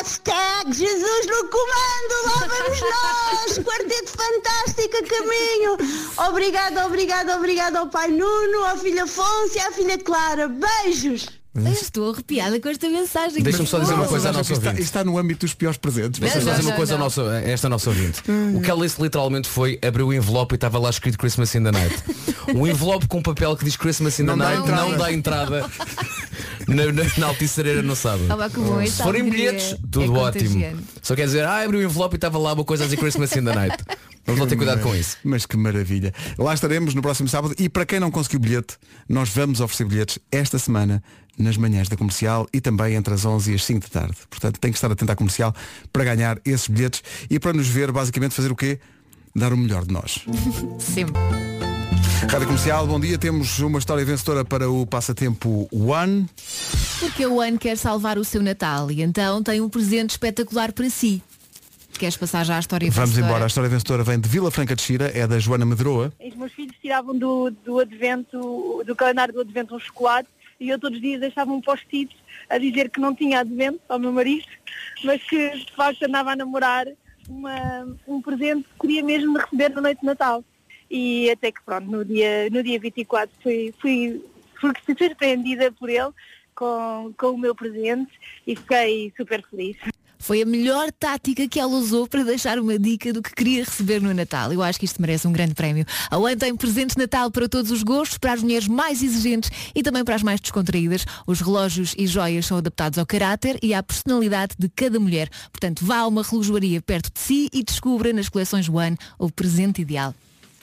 Hashtag Jesus no comando, lá vamos nós, Quarteto Fantástico a caminho. Obrigada, obrigada, obrigada ao pai Nuno, ao filho Afonso e à filha Clara. Beijos. Eu estou arrepiada com esta mensagem. Deixa-me só dizer uma coisa à nossa está, ouvinte. está no âmbito dos piores presentes. Deixa-me só dizer uma coisa à nossa, a esta nossa ouvinte. O que ela disse literalmente foi: abriu o envelope e estava lá escrito Christmas in the Night. Um envelope com papel que diz Christmas in the Não dá Night entrada. não dá entrada na, na, na Altice Arena no sábado. Ah, que bom, Se esta forem alegria bilhetes, é tudo ótimo. contagiante. Só quer dizer, ah, abriu o envelope e estava lá uma coisa a dizer Christmas in the Night. Vamos lá ter cuidado com isso. Mas que maravilha. Lá estaremos no próximo sábado e para quem não conseguiu bilhete, nós vamos oferecer bilhetes esta semana nas manhãs da Comercial e também entre as onze e as cinco da tarde. Portanto, tem que estar atento à Comercial para ganhar esses bilhetes e para nos ver, basicamente, fazer o quê? Dar o melhor de nós. Sempre. Rádio Comercial, bom dia. Temos uma história vencedora para o passatempo One. Porque o One quer salvar o seu Natal e então tem um presente espetacular para si. Queres passar já a história Vamos vencedora? embora. A história vencedora vem de Vila Franca de Xira, é da Joana Medroa. Os meus filhos tiravam do, do advento, do calendário do advento um chocolate e eu todos os dias deixava um post-it a dizer que não tinha advento ao meu marido, mas que de facto andava a namorar uma, um presente que queria mesmo receber na noite de Natal. E até que pronto, no dia, no dia vinte e quatro fui, fui, fui surpreendida por ele com, com o meu presente e fiquei super feliz. Foi a melhor tática que ela usou para deixar uma dica do que queria receber no Natal. Eu acho que isto merece um grande prémio. A One tem presentes de Natal para todos os gostos, para as mulheres mais exigentes e também para as mais descontraídas. Os relógios e joias são adaptados ao caráter e à personalidade de cada mulher. Portanto, vá a uma relojoaria perto de si e descubra nas coleções One o presente ideal.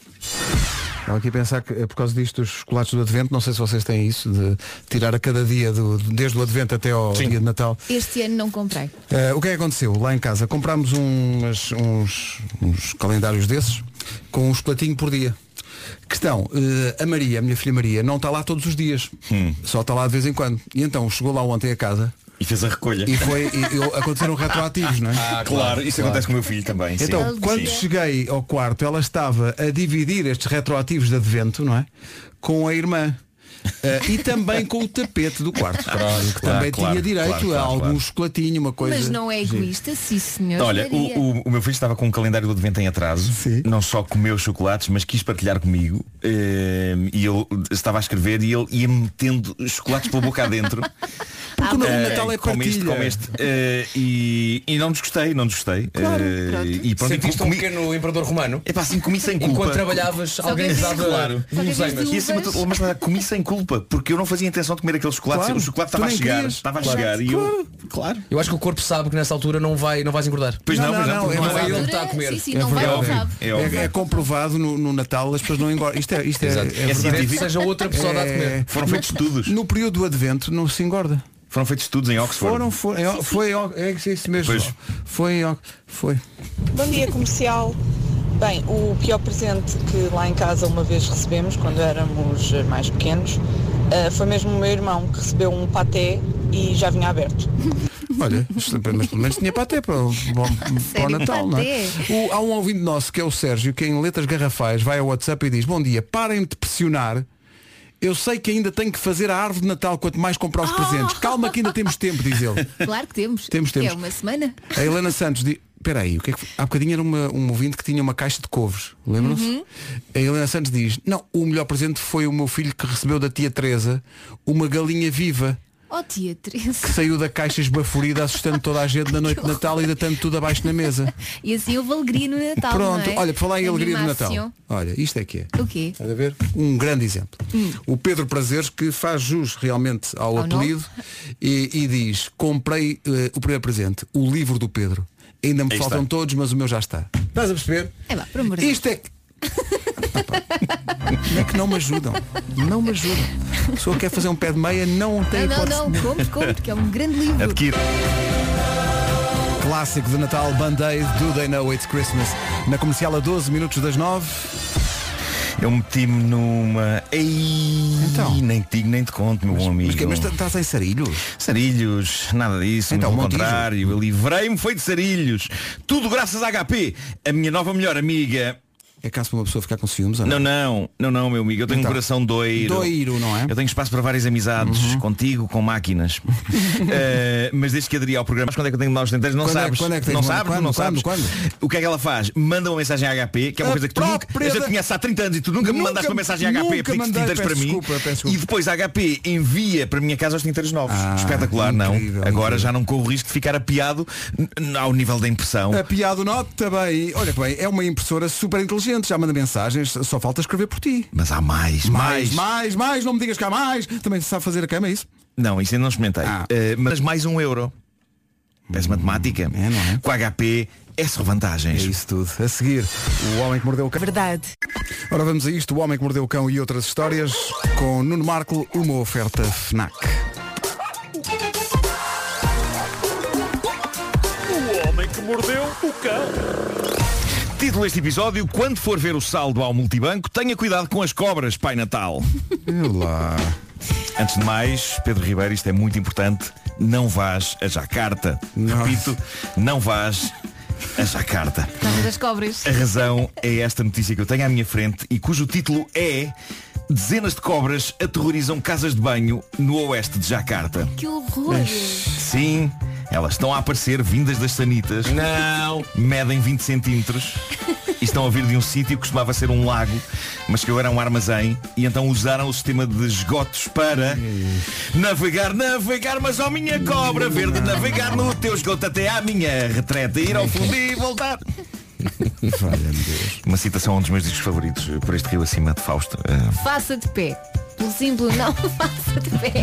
Estava aqui a pensar que por causa disto dos chocolates do Advento, não sei se vocês têm isso, de tirar a cada dia, do, desde o Advento até ao Sim. dia de Natal. Este ano não comprei. Uh, o que é que aconteceu? Lá em casa comprámos umas, uns, uns calendários desses com um chocolatinho por dia. Questão, uh, a Maria, a minha filha Maria, não está lá todos os dias. Hum. Só está lá de vez em quando. E então chegou lá ontem a casa. E fez a recolha. E foi, e, e aconteceram retroativos, não é? Ah, claro, isso claro. Acontece com o meu filho também. Então, sim. quando sim. cheguei ao quarto, ela estava a dividir estes retroativos de advento, não é? Com a irmã. Uh, e também com o tapete do quarto. Pronto, que claro, também claro, tinha direito claro, claro, a algum claro. chocolatinho, uma coisa. Mas não é egoísta, sim senhor. Olha, o, o, o meu filho estava com um calendário do Advento em atraso. Sim. Não só comeu chocolates, mas quis partilhar comigo. Uh, e eu estava a escrever e ele ia metendo chocolates pela boca adentro. Porque o uh, Natal é como este, como este. Uh, e, e não desgostei, não desgostei. Claro, uh, e pronto, Sentiste comi... um pequeno imperador romano? É pá, assim, comi sem culpa. Enquanto trabalhavas, Só alguém te dava claro. guloseimas. E acima de tudo, mas comi sem culpa, porque eu não fazia intenção de comer aquele chocolate. Claro. O chocolate estava a chegar, querias. estava a Claro. chegar. E Claro. eu, claro. Eu acho que o corpo sabe que nessa altura não, vai, não vais engordar. Pois não, pois não, não, não, não é não. ele que está a comer. Sim, sim, É não vai verdade. ao rabo. É, É, óbvio. é comprovado no, no Natal, as pessoas não engordam. Isto é, isto é, é, Exato. é É verdade. científico. Seja outra pessoa a dar de comer. Foram feitos estudos. No período do Advento não se engorda. Foram feitos estudos em Oxford. Foram, foi, é, foi, é isso mesmo. Pois. Foi, em Ox- foi. Bom dia, comercial. Bem, o pior presente que lá em casa uma vez recebemos, quando éramos mais pequenos, uh, foi mesmo o meu irmão, que recebeu um paté e já vinha aberto. Olha, mas pelo menos tinha paté para o, para o Natal, não é? O, há um ouvinte nosso que é o Sérgio, que em letras garrafais vai ao WhatsApp e diz: bom dia, parem de pressionar. Eu sei que ainda tenho que fazer a árvore de Natal quanto mais comprar os presentes. Calma que ainda temos tempo, diz ele. Claro que temos. Temos, temos. É uma semana. A Helena Santos diz: espera aí, o que é que foi? Há bocadinho era uma, um ouvinte que tinha uma caixa de couves, lembram-se? Uhum. A Helena Santos diz: não, o melhor presente foi o meu filho que recebeu da tia Teresa uma galinha viva. Oh tia Teresa. Que saiu da caixa esbaforida, assustando toda a gente na noite de Natal e deitando tudo abaixo na mesa. E assim houve alegria no Natal. Pronto, não é? olha, para falar em alegria do Animação. Natal. Olha, isto é que é. O quê? Estás a ver? Um grande exemplo. Hum. O Pedro Prazeres, que faz jus realmente ao, Ao apelido e, e diz: comprei uh, o primeiro presente, o livro do Pedro. Ainda me Aí faltam está. todos, mas o meu já está. Estás a perceber? É lá, por amor de Deus. Isto é que. Como é que não me ajudam? Não me ajudam. A pessoa quer fazer um pé de meia, não tem Não, não, hipótese. não, compre, compre, que é um grande livro. Adquire. Clássico de Natal, Band-Aid, Do They Know It's Christmas. Na Comercial a doze minutos das nove. Eu meti-me numa. Ei, Então. nem te digo, nem te conto, meu bom amigo. Mas, que- mas estás em Sarilhos? Sarilhos, nada disso, Então, pelo Montijo. contrário, eu livrei-me foi de Sarilhos. Tudo graças à H P, a minha nova melhor amiga. É caso para uma pessoa ficar com ciúmes? Ou Não, não, não, não, não, meu amigo. Eu tenho Então, um coração doiro. doiro, não é? Eu tenho espaço para várias amizades, Uhum. contigo, com máquinas. uh, mas desde que aderi ao programa, mas quando é que eu tenho de dar os denteiros? Não Quando é- sabes. quando é que tens não de- sabes, quando, não quando, sabes. quando? O que é que ela faz? Manda uma mensagem a H P, que é uma A coisa que tu nunca. própria Eu já da- te conheço há trinta anos e tu nunca me Nunca- mandaste uma mensagem a H P a nunca pedir que mandei, tinteiros para peço mim. desculpa, peço desculpa. E depois a H P envia para a minha casa os tinteiros novos. Ah, Espetacular, não? incrível, Agora incrível. já não corro o risco de ficar apiado n- ao nível da impressão. A piada nota bem. Olha que bem, é uma impressora super inteligente, já manda mensagens, só falta escrever por ti. Mas há mais, Mais, mais. mais, mais, não me digas que há mais. Também sabe fazer a cama, é isso? Não, isso ainda não experimentei. Ah. Uh, mas mais um euro. Peço matemática. É, não é? Com a H P é só vantagens. É isso tudo. A seguir, o Homem que Mordeu o Cão. Verdade. Ora vamos a isto, o Homem que Mordeu o Cão e outras histórias, com Nuno Marco, uma oferta FNAC. O homem que mordeu o cão. Título deste episódio: quando for ver o saldo ao multibanco, tenha cuidado com as cobras, Pai Natal. Olá. Antes de mais, Pedro Ribeiro, isto é muito importante, não vás a Jacarta. Não. Repito, não vás a Jacarta. Casa das cobras. A razão é esta notícia que eu tenho à minha frente e cujo título é: dezenas de cobras aterrorizam casas de banho no oeste de Jacarta. Que horror. Sim, elas estão a aparecer vindas das sanitas. Não. Medem vinte centímetros e estão a vir de um sítio que costumava ser um lago, mas que agora é um armazém, e então usaram o sistema de esgotos para navegar, navegar, mas ó minha cobra verde, navegar no teu esgoto até à minha retreta, ir ao fundo e voltar. Valha-me Deus. Uma citação a um dos meus discos favoritos, Por Este Rio Acima, de Fausto. Uh, Faça de pé. Pelo simples não, faça de pé.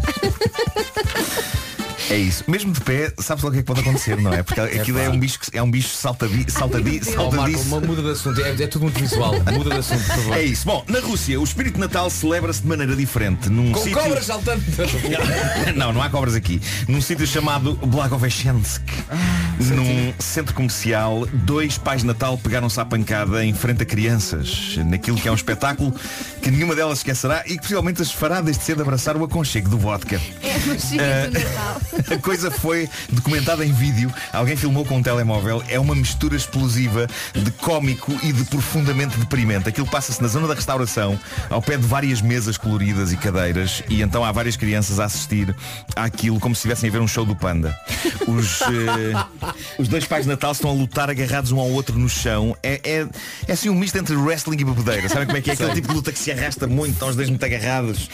É isso. Mesmo de pé, sabes lá o que é que pode acontecer, não é? Porque aquilo é um bicho, que- é um bicho saltadi, saltadi, Oh, Marco, saltadiço. uma muda de assunto. É, é tudo muito visual. Muda de assunto, por favor. É isso. Bom, na Rússia, o espírito de Natal celebra-se de maneira diferente. Num Com sítio... cobras saltando. Não, não há cobras aqui. Num sítio chamado Blagoveshchensk, num centro comercial, dois pais de Natal pegaram-se à pancada em frente a crianças, naquilo que é um espetáculo que nenhuma delas esquecerá e que possivelmente as fará desde cedo abraçar o aconchego do vodka. É a magia do Natal. A coisa foi documentada em vídeo. Alguém filmou com um telemóvel. É uma mistura explosiva de cómico e de profundamente deprimente. Aquilo passa-se na zona da restauração, ao pé de várias mesas coloridas e cadeiras, e então há várias crianças a assistir àquilo como se estivessem a ver um show do Panda. Os, eh, os dois pais de Natal estão a lutar agarrados um ao outro no chão. É, é, é assim um misto entre wrestling e bebedeira. Sabem como é que é? Aquele tipo de luta que se arrasta muito, estão os dois muito agarrados.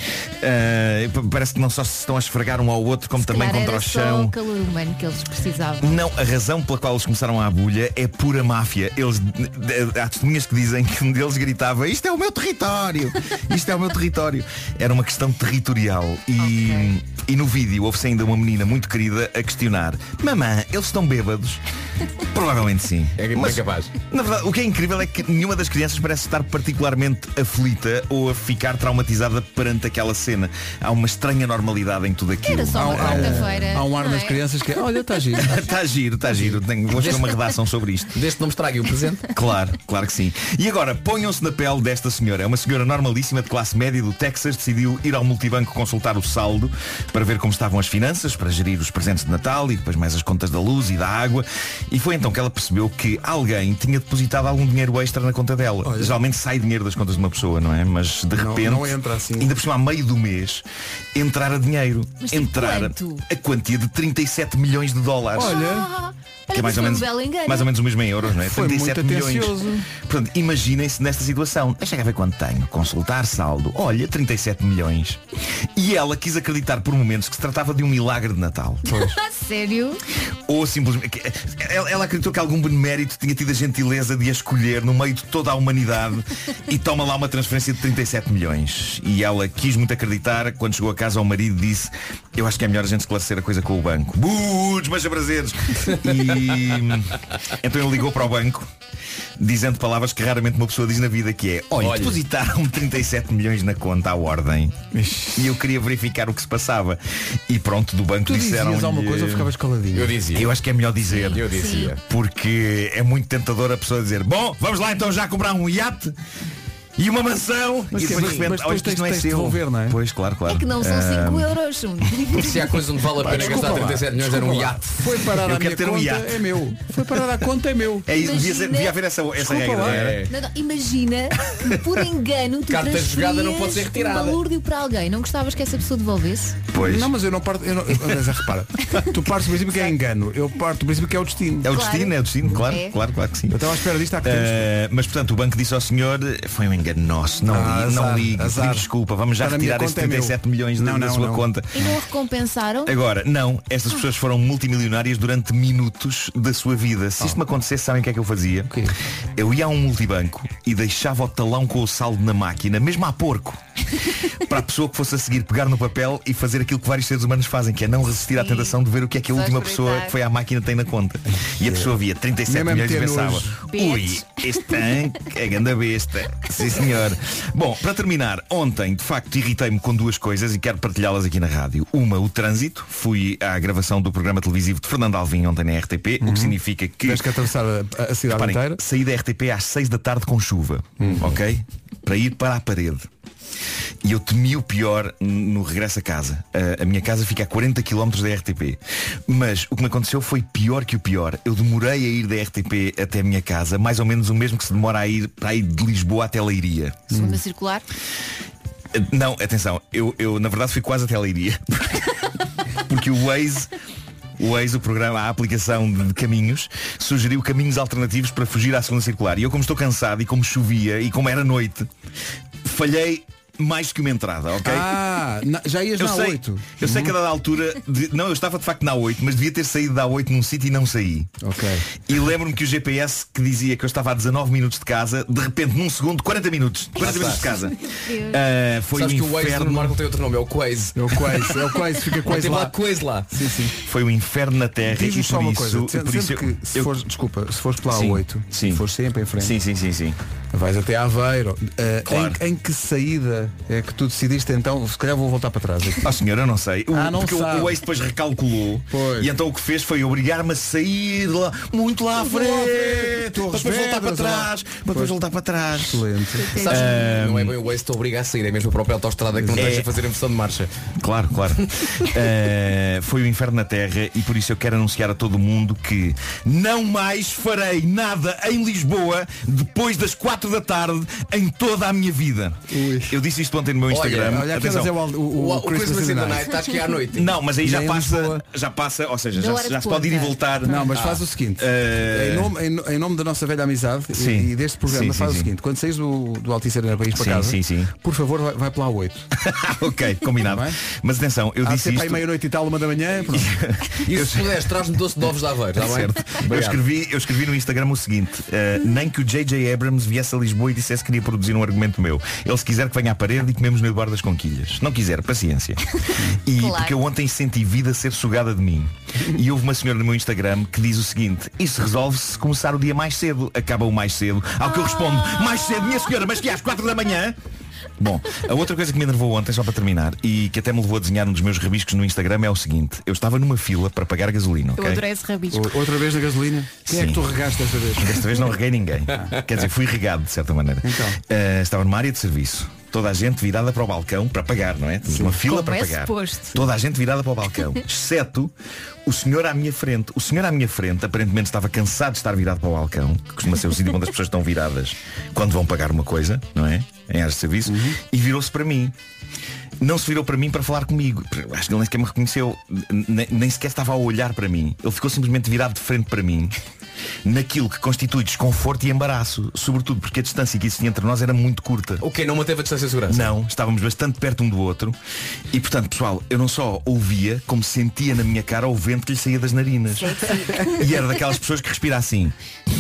Eh, parece que não só se estão a esfregar um ao outro, como Se também calhar contra o era só chão. o calor humano que eles precisavam. Não, a razão pela qual eles começaram a agulha é pura máfia. Eles, há testemunhas que dizem que um deles gritava: isto é o meu território, isto é o meu território. Era uma questão territorial. E, Ok. e no vídeo houve-se ainda uma menina muito querida a questionar: mamã, eles estão bêbados? Provavelmente sim. É bem Mas, capaz. na verdade, o que é incrível é que nenhuma das crianças parece estar particularmente aflita ou a ficar traumatizada perante aquela cena. Há uma estranha normalidade em tudo aquilo. Era só uma Há- há um- quarta-feira. Há um ar não nas é? crianças que é, olha, está giro. Está giro, está giro. Tenho, vou escrever uma redação sobre isto. Desde que não me estrague o presente. Claro, claro que sim. E agora, ponham-se na pele desta senhora. É uma senhora normalíssima de classe média do Texas. Decidiu ir ao multibanco consultar o saldo para ver como estavam as finanças, para gerir os presentes de Natal e depois mais as contas da luz e da água. E foi então que ela percebeu que alguém tinha depositado algum dinheiro extra na conta dela. Olha. Geralmente sai dinheiro das contas de uma pessoa, não é? Mas de Não- repente, não entra assim. ainda por cima, a meio do mês, entrar a dinheiro. Mas tipo entrar quanto? a quantia de trinta e sete milhões de dólares. Olha, Ah, Que é mais ou, foi um menos, belo engano. mais ou menos o mesmo em euros, não é? Foi trinta e sete muito milhões. atencioso. Portanto, imaginem-se nesta situação. Deixa cá ver quanto tenho. Consultar saldo. Olha, trinta e sete milhões. E ela quis acreditar por momentos que se tratava de um milagre de Natal. Sério? Ou simplesmente... Ela, ela acreditou que algum benemérito tinha tido a gentileza de a escolher no meio de toda a humanidade e toma lá uma transferência de trinta e sete milhões. E ela quis muito acreditar. Quando chegou a casa ao marido disse: eu acho que é melhor a gente esclarecer a coisa com o banco. Buuuuh, desmancha-prazeres. E então ele ligou para o banco dizendo palavras que raramente uma pessoa diz na vida, que é: olha, Olha. depositaram-me trinta e sete milhões na conta à ordem e eu queria verificar o que se passava. E pronto, do banco tu disseram dizias alguma coisa ou ficavas caladinho? Eu dizia. eu acho que é melhor dizer. Eu dizia. Porque é muito tentador a pessoa dizer: bom, vamos lá então já comprar um iate. e uma mansão. Mas e que- depois mas- de repente, mas oh, depois isto tens- não é tens de seu. devolver, não é? Pois, claro, claro. É que não são Ah, cinco euros. Se há coisa onde vale a pena Desculpa gastar lá. trinta e sete milhões era um Desculpa lá. iate. Foi parar Eu à quero minha ter um conta, iate. é meu. Foi parar à conta, é meu. É isso, devia, Imagina- ser- devia haver essa, essa Desculpa regra. lá. não era? É. Não, não, imagina que por engano tu Carta jogada não transferias pode ser retirada. um balúrdio para alguém. Não gostavas que essa pessoa devolvesse? Pois. Não, mas eu não parto. Eu não, mas, repara, tu partes do princípio que é engano. Eu parto do princípio que é o destino. É o Claro. destino, é o destino, claro, É. claro, claro que sim. Eu estava à espera disto há que tempos. Uh, mas portanto o banco disse ao senhor, foi um engano nosso, não Ah, ligue, não azar, ligue, azar. pedir desculpa, vamos já Está na minha retirar esses conta, é trinta e sete meu. milhões da, Não, da não, sua não. conta. E não a recompensaram? Agora, não, estas pessoas foram multimilionárias durante minutos da sua vida. Se isto me acontecesse, sabem o que é que eu fazia? quê? Eu ia a um multibanco e deixava o talão com o saldo na máquina, mesmo a porco, para a pessoa que fosse a seguir pegar no papel e fazer aquilo que vários seres humanos fazem, que é não resistir à Sim. tentação de ver o que é que a Só última espreitar. pessoa que foi à máquina tem na conta. E a pessoa via trinta e sete Mesmo a milhões e meter pensava, nojo. ui, Bitch. este tanque é ganda besta. Sim, senhor. Bom, para terminar, ontem, de facto, irritei-me com duas coisas e quero partilhá-las aqui na rádio. Uma, o trânsito. Fui à gravação do programa televisivo de Fernando Alvim ontem na R T P, o que significa que... Tiveste que atravessar a, a cidade Reparem, inteira. saí da R T P às seis da tarde com chuva, ok? Para ir para a parede. E eu temi o pior no regresso a casa. A, a minha casa fica a quarenta quilómetros da R T P. Mas o que me aconteceu foi pior que o pior. Eu demorei a ir da R T P até a minha casa, mais ou menos o mesmo que se demora a ir para ir de Lisboa até Leiria. Segunda circular? Não, atenção, eu, eu na verdade fui quase até Leiria. Porque o Waze, o Waze, o programa, a aplicação de caminhos, sugeriu caminhos alternativos para fugir à segunda circular. E eu, como estou cansado e como chovia e como era noite, falhei mais que uma entrada, ok? Ah, na- já ias eu na sei, oito. Eu sei que a dada altura de- Não, eu estava de facto na oito, mas devia ter saído da oito num sítio e não saí. Ok. E lembro-me que o G P S que dizia que eu estava a dezanove minutos de casa, de repente num segundo, quarenta minutos quarenta minutos de casa. Ah, Foi Sabes um que o Waze inferno. do Marco tem outro nome, é o Quaze. É o Quaze, é o Quaze, fica Quaze Tem lá. lá Quaze lá. Sim, sim. Foi um inferno na terra. Diz-me e só por uma isso, coisa, por sendo isso que eu- se eu- fores, desculpa, se fores pela Sim, A oito, sim. se fores sempre em frente, Sim, sim, sim, sim. vais até Aveiro. Uh, Claro. em, em que saída é que tu decidiste então? Se calhar vou voltar para trás. aqui. Ah, senhor, eu não sei. O, Ah, não porque o- sabe. o Waze depois recalculou. Pois. E então o que fez foi obrigar-me a sair lá, muito lá à Muito lá à frente. frente, Para Torres depois voltar para Vedras, lá. trás. Para depois Pois. voltar para trás. Excelente. Sabes, não é bem o Waze que te obriga a sair, é mesmo a própria autostrada que não É. deixa fazer a versão de marcha. Claro, claro. Eh, foi o inferno na terra e por isso eu quero anunciar a todo mundo que não mais farei nada em Lisboa depois das quatro da tarde em toda a minha vida. Ui. Eu disse isto ontem no meu Instagram. Olha, que Atenção. é o, o, O, o, o Christmas in the Night, estás que é à noite. Não, mas aí E já em passa, Lisboa? já passa, ou seja, Da já, hora já de se pode ir e ponta. voltar. Não, mas Ah. faz o seguinte, Eh, em, nome, em, em nome da nossa velha amizade e- Sim. e deste programa, Sim, faz sim, o sim. seguinte, quando saís do, do Altice Arena para ir para Sim, casa, sim, sim. por favor vai, vai pela A oito. Ok, combinado. Tá bem? Mas atenção, eu Há de disse ser para aí isto. meia-noite e tal, uma da manhã. Pronto. E se puderes, traz-me doce de ovos de Aveiro, está bem? Certo. Eu Obrigado. escrevi, eu escrevi no Instagram o seguinte, eh, nem que o J J Abrams viesse a Lisboa e dissesse que queria produzir um argumento meu. Ele se quiser que venha à parede e comemos no Eduardo das Conquilhas. Não quiser, paciência. E Claro. porque eu ontem senti vida ser sugada de mim. E houve uma senhora no meu Instagram que diz o seguinte, isso resolve-se se começar o dia mais cedo. Acaba o mais cedo. Ao que eu respondo, mais cedo, minha senhora, mas que é às quatro da manhã? Bom, a outra coisa que me enervou ontem, só para terminar, e que até me levou a desenhar um dos meus rabiscos no Instagram é o seguinte, eu estava numa fila para pagar a gasolina, Eu ok? adorei esse rabisco. O- Outra vez na gasolina. Quem é Sim. que tu regaste desta vez? Desta vez não reguei ninguém. Quer dizer, fui regado de certa maneira. Então. Eh, estava numa área de serviço. Toda a gente virada para o balcão para pagar, não é? Tínhamos uma fila Como para é pagar. suposto. Toda a gente virada para o balcão. Exceto o senhor à minha frente. O senhor à minha frente aparentemente estava cansado de estar virado para o balcão, que costuma ser o sítio onde as pessoas estão viradas quando vão pagar uma coisa, não é? Em áreas de serviço. E virou-se para mim. Não se virou para mim para falar comigo. Acho que ele nem sequer me reconheceu. Nem, nem sequer estava a olhar para mim. Ele ficou simplesmente virado de frente para mim, naquilo que constitui desconforto e embaraço. Sobretudo porque a distância que existia entre nós era muito curta. O quê? Não manteve a distância de segurança? Não, estávamos bastante perto um do outro. E portanto, pessoal, eu não só ouvia, como sentia na minha cara o vento que lhe saía das narinas. E era daquelas pessoas que respira assim.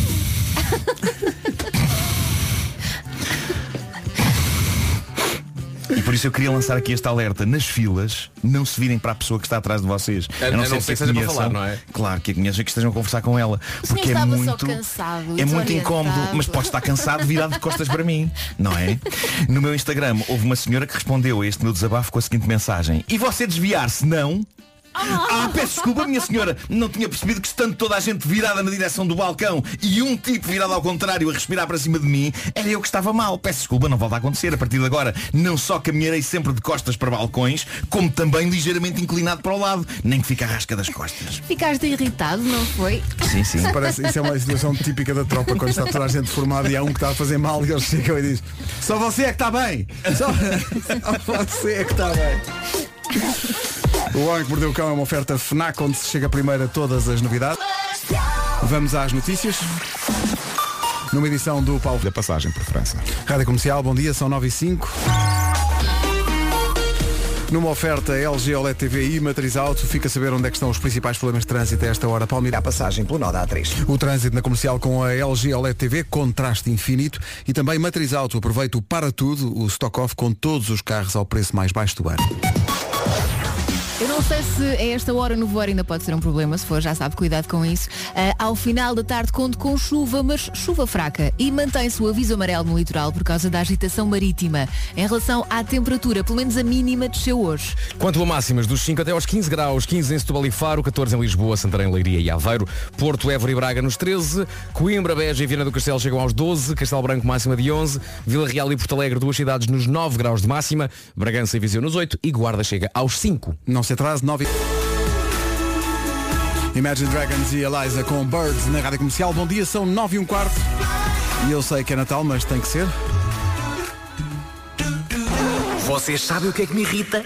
E por isso eu queria lançar aqui este alerta. Nas filas, não se virem para a pessoa que está atrás de vocês. A- a não ser que seja para conheçam. falar, não é? Claro, que a conheçam e que estejam a conversar com ela. O Porque senhor é estava muito, só cansado, é muito desorientado. incómodo. Mas pode estar cansado virado de costas para mim, não é? No meu Instagram houve uma senhora que respondeu a este meu desabafo com a seguinte mensagem. E você desviar-se, não? Ah, peço desculpa, minha senhora. Não tinha percebido que estando toda a gente virada na direção do balcão e um tipo virado ao contrário a respirar para cima de mim, era eu que estava mal. Peço desculpa, não volta a acontecer. A partir de agora não só caminharei sempre de costas para balcões, como também ligeiramente inclinado para o lado. Nem que fique a rasca das costas. Ficaste irritado, não foi? Sim, sim. Parece, isso é uma situação típica da tropa, quando está toda a gente formada e há um que está a fazer mal e eles chegam e dizem: só você é que está bem. Só, só você é que está bem. O Homem que Mordeu o Cão é uma oferta FNAC, onde se chega primeiro a todas as novidades. Vamos às notícias. Numa edição do Paulo da Passagem por França. Rádio Comercial, bom dia, são nove e cinco. Numa oferta L G O L E D T V e Matriz Auto, fica a saber onde é que estão os principais problemas de trânsito a esta hora. Palmeira. A passagem pelo nó da A três. O trânsito na Comercial com a L G O L E D T V, contraste infinito, e também Matriz Auto. Aproveita o Para Tudo, o Stock-Off com todos os carros ao preço mais baixo do ano. Eu não sei se a esta hora no voar ainda pode ser um problema, se for já sabe, cuidado com isso. Uh, ao final da tarde conto com chuva, mas chuva fraca, e mantém-se o aviso amarelo no litoral por causa da agitação marítima. Em relação à temperatura, pelo menos a mínima desceu hoje. Quanto a máximas, dos cinco até aos quinze graus, quinze em Setúbal e Faro, catorze em Lisboa, Santarém, Leiria e Aveiro, Porto, Évora e Braga nos treze, Coimbra, Beja e Viana do Castelo chegam aos doze, Castelo Branco máxima de onze, Vila Real e Porto Alegre, duas cidades nos nove graus de máxima, Bragança e Viseu nos oito e Guarda chega aos cinco. Não se atrase, nove. Imagine Dragons e Eliza com Birds na Rádio Comercial. Bom dia, são nove e um quarto. E eu sei que é Natal, mas tem que ser. Vocês sabem o que é que me irrita?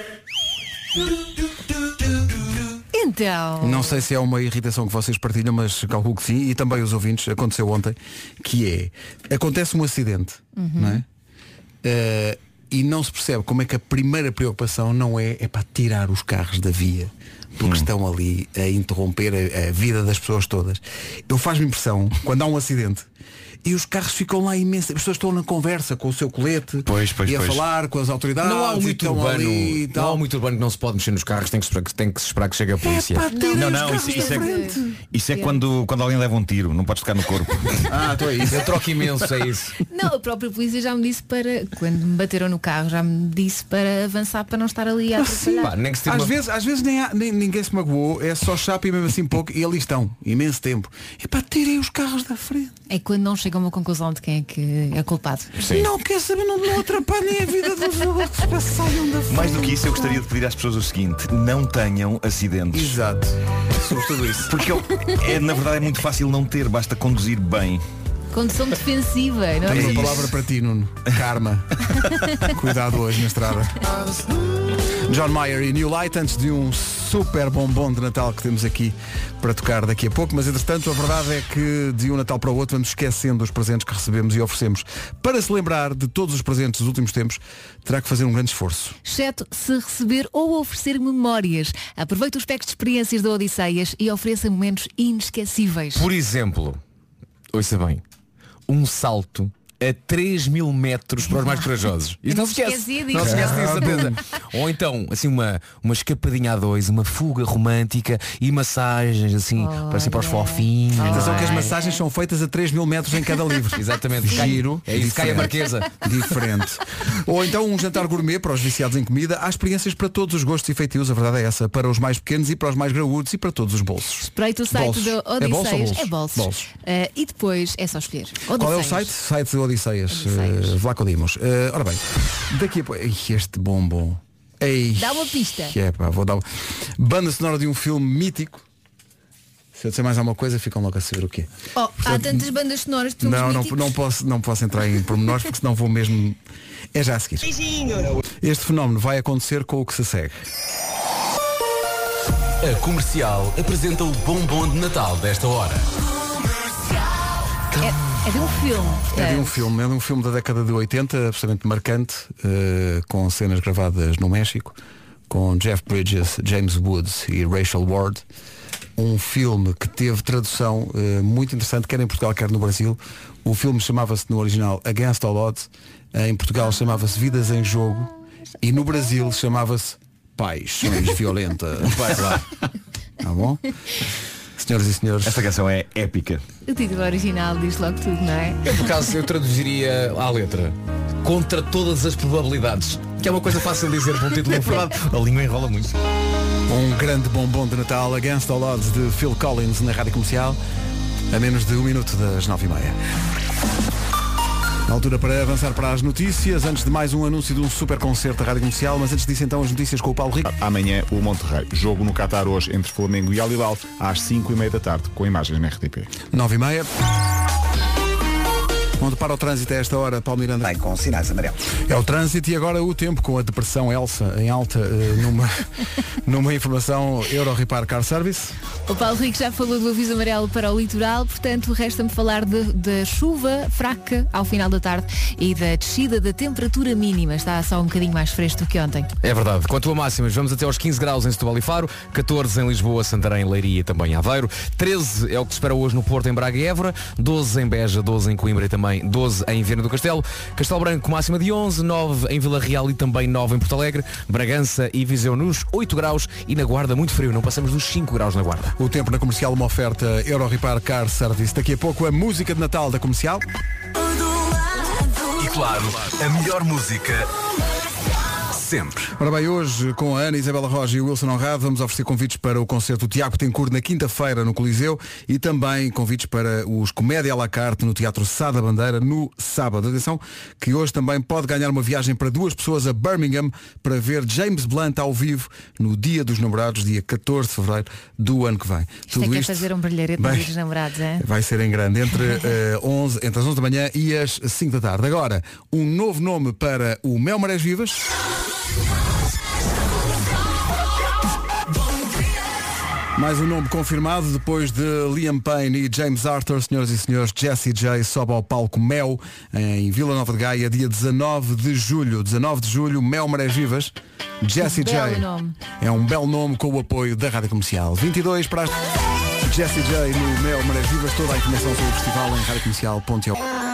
Então... Não sei se é uma irritação que vocês partilham, mas calculo que sim. E também os ouvintes, aconteceu ontem, que é, acontece um acidente, Uhum. não é? Uh, e não se percebe como é que a primeira preocupação não é, é para tirar os carros da via, porque hum. estão ali a interromper a, a vida das pessoas todas. Eu faz-me impressão, quando há um acidente e os carros ficam lá imensos, as pessoas estão na conversa com o seu colete, pois, pois, e a pois. falar com as autoridades. Não há um muito urbano, ali, não há um muito urbano que não se pode mexer nos carros, tem que esperar que, tem que esperar que chegue a polícia. É, pá, não, não, isso, isso é, isso é quando, quando alguém leva um tiro, não podes tocar no corpo. Ah, então é isso. Eu troco imenso, é isso. Não, a própria polícia já me disse para, quando me bateram no carro, já me disse para avançar, para não estar ali a atrapalhar. Pá, nem que se Às uma... vezes, às vezes nem, há, nem ninguém se magoou, é só chapa e mesmo assim pouco, e ali estão, imenso tempo. É para tirem os carros da frente. É quando não chega a uma conclusão de quem é que é culpado. Sim. Não quer saber, não, não atrapalhem a vida dos outros, saiam da frente. Mais do que isso, eu gostaria de pedir às pessoas o seguinte: não tenham acidentes. Exato. Sobretudo isso. Porque é, na verdade é muito fácil não ter, basta conduzir bem. Condução defensiva, não Tenho é? uma palavra para ti, Nuno. Karma. Cuidado hoje na estrada. John Mayer e New Light, antes de um super bombom de Natal que temos aqui para tocar daqui a pouco, mas entretanto a verdade é que de um Natal para o outro vamos esquecendo os presentes que recebemos e oferecemos. Para se lembrar de todos os presentes dos últimos tempos, terá que fazer um grande esforço. Exceto se receber ou oferecer memórias. Aproveite os packs de experiências da Odisseias e ofereça momentos inesquecíveis. Por exemplo, ouça bem, um salto a três mil metros para os mais corajosos. Isto não se esquece. Não se esquece disso, certeza. Ou então, assim, uma, uma escapadinha a dois, uma fuga romântica e massagens, assim, para, assim, para os fofinhos. Atenção que as massagens são feitas a três mil metros em cada livro. Exatamente. Giro. É isso, cai a Marquesa. Diferente. Ou então um jantar gourmet para os viciados em comida. Há experiências para todos os gostos e feitios, a verdade é essa. Para os mais pequenos e para os mais graúdos e para todos os bolsos. Espreita o site bolsos. da Odisseias. É bolso ou bolsos? É bolsos. Bolsos. Uh, e depois é só escolher. Qual é o Odisseias. site? Site de Odisseias. Odisseias. Uh, Vlaco Dimos. Uh, ora bem, daqui a pouco. Este bombom. Ei, Dá uma pista. Que é, pá, vou dar uma... Banda sonora de um filme mítico. Se eu disser mais alguma coisa, ficam logo a saber o quê. Oh, há tantas bandas sonoras de filmes Não, não, míticos. não, posso, não posso entrar em pormenores porque senão vou mesmo. É já a seguir. Beijinho. Este fenómeno vai acontecer com o que se segue. A Comercial apresenta o bombom de Natal desta hora. É, é de um filme. É de um portanto. filme, é de um filme da década de oitenta, absolutamente marcante, uh, com cenas gravadas no México, com Jeff Bridges, James Woods e Rachel Ward. Um filme que teve tradução uh, muito interessante, quer em Portugal, quer no Brasil. O filme chamava-se no original Against All Odds, em Portugal chamava-se Vidas em Jogo e no Brasil chamava-se Paixões Violentas. Vai lá. Tá bom? Senhoras e senhores. Esta canção é épica. O título original diz logo tudo, não é? Eu, por acaso, eu traduziria à letra contra todas as probabilidades. Que é uma coisa fácil de dizer para um título. É verdade. A língua enrola muito. Um grande bombom de Natal, Against All Odds, de Phil Collins na Rádio Comercial, a menos de um minuto das nove e meia. Na altura para avançar para as notícias, antes de mais um anúncio de um super concerto da Rádio Comercial, mas antes disso então as notícias com o Paulo Rico. Amanhã o Monterrey. Jogo no Qatar hoje entre Flamengo e Al-Hilal às cinco e meia da tarde, com imagens na R T P. nove e meia. Onde para o trânsito a esta hora, Paulo Miranda? Bem, com sinais amarelos. É o trânsito e agora o tempo com a depressão Elsa em alta uh, numa, numa informação Euro Repar Car Service. O Paulo Rico já falou do aviso amarelo para o litoral, portanto resta-me falar da chuva fraca ao final da tarde e da descida da temperatura mínima. Está só um bocadinho mais fresco do que ontem. É verdade. Quanto a máximas, vamos até aos quinze graus em Setúbal e Faro, catorze em Lisboa, Santarém, Leiria e também Aveiro, treze é o que se espera hoje no Porto, em Braga e Évora, doze em Beja, doze em Coimbra e também doze em Viana do Castelo, Castelo Branco máxima de onze, nove em Vila Real e também nove em Porto Alegre, Bragança e Viseu nos oito graus e na Guarda muito frio, não passamos dos cinco graus na Guarda. O tempo na Comercial, uma oferta Euro Repar Car Service. Daqui a pouco a música de Natal da Comercial. E claro, a melhor música sempre. Ora bem, hoje com a Ana Isabela Roja e o Wilson Honrado vamos oferecer convites para o concerto do Tiago Betancourt na quinta-feira no Coliseu e também convites para os Comédia à la carte no Teatro Sá da Bandeira no sábado. Atenção que hoje também pode ganhar uma viagem para duas pessoas a Birmingham para ver James Blunt ao vivo no Dia dos Namorados, dia catorze de fevereiro do ano que vem. Isto é que é fazer um brilharete no Dia dos Namorados, é? Vai ser em grande, entre, uh, onze, entre as onze da manhã e as cinco da tarde. Agora, um novo nome para o Mel Marés Vivas. Mais um nome confirmado depois de Liam Payne e James Arthur, senhoras e senhores. Jessie J sobe ao palco Mel em Vila Nova de Gaia, dia dezanove de julho. dezanove de julho, Mel Marés Vivas. Jessie J é um belo nome com o apoio da Rádio Comercial. vinte e dois para as... Jessie J no Mel Marés Vivas. Toda a informação sobre o festival em rádio comercial ponto i o.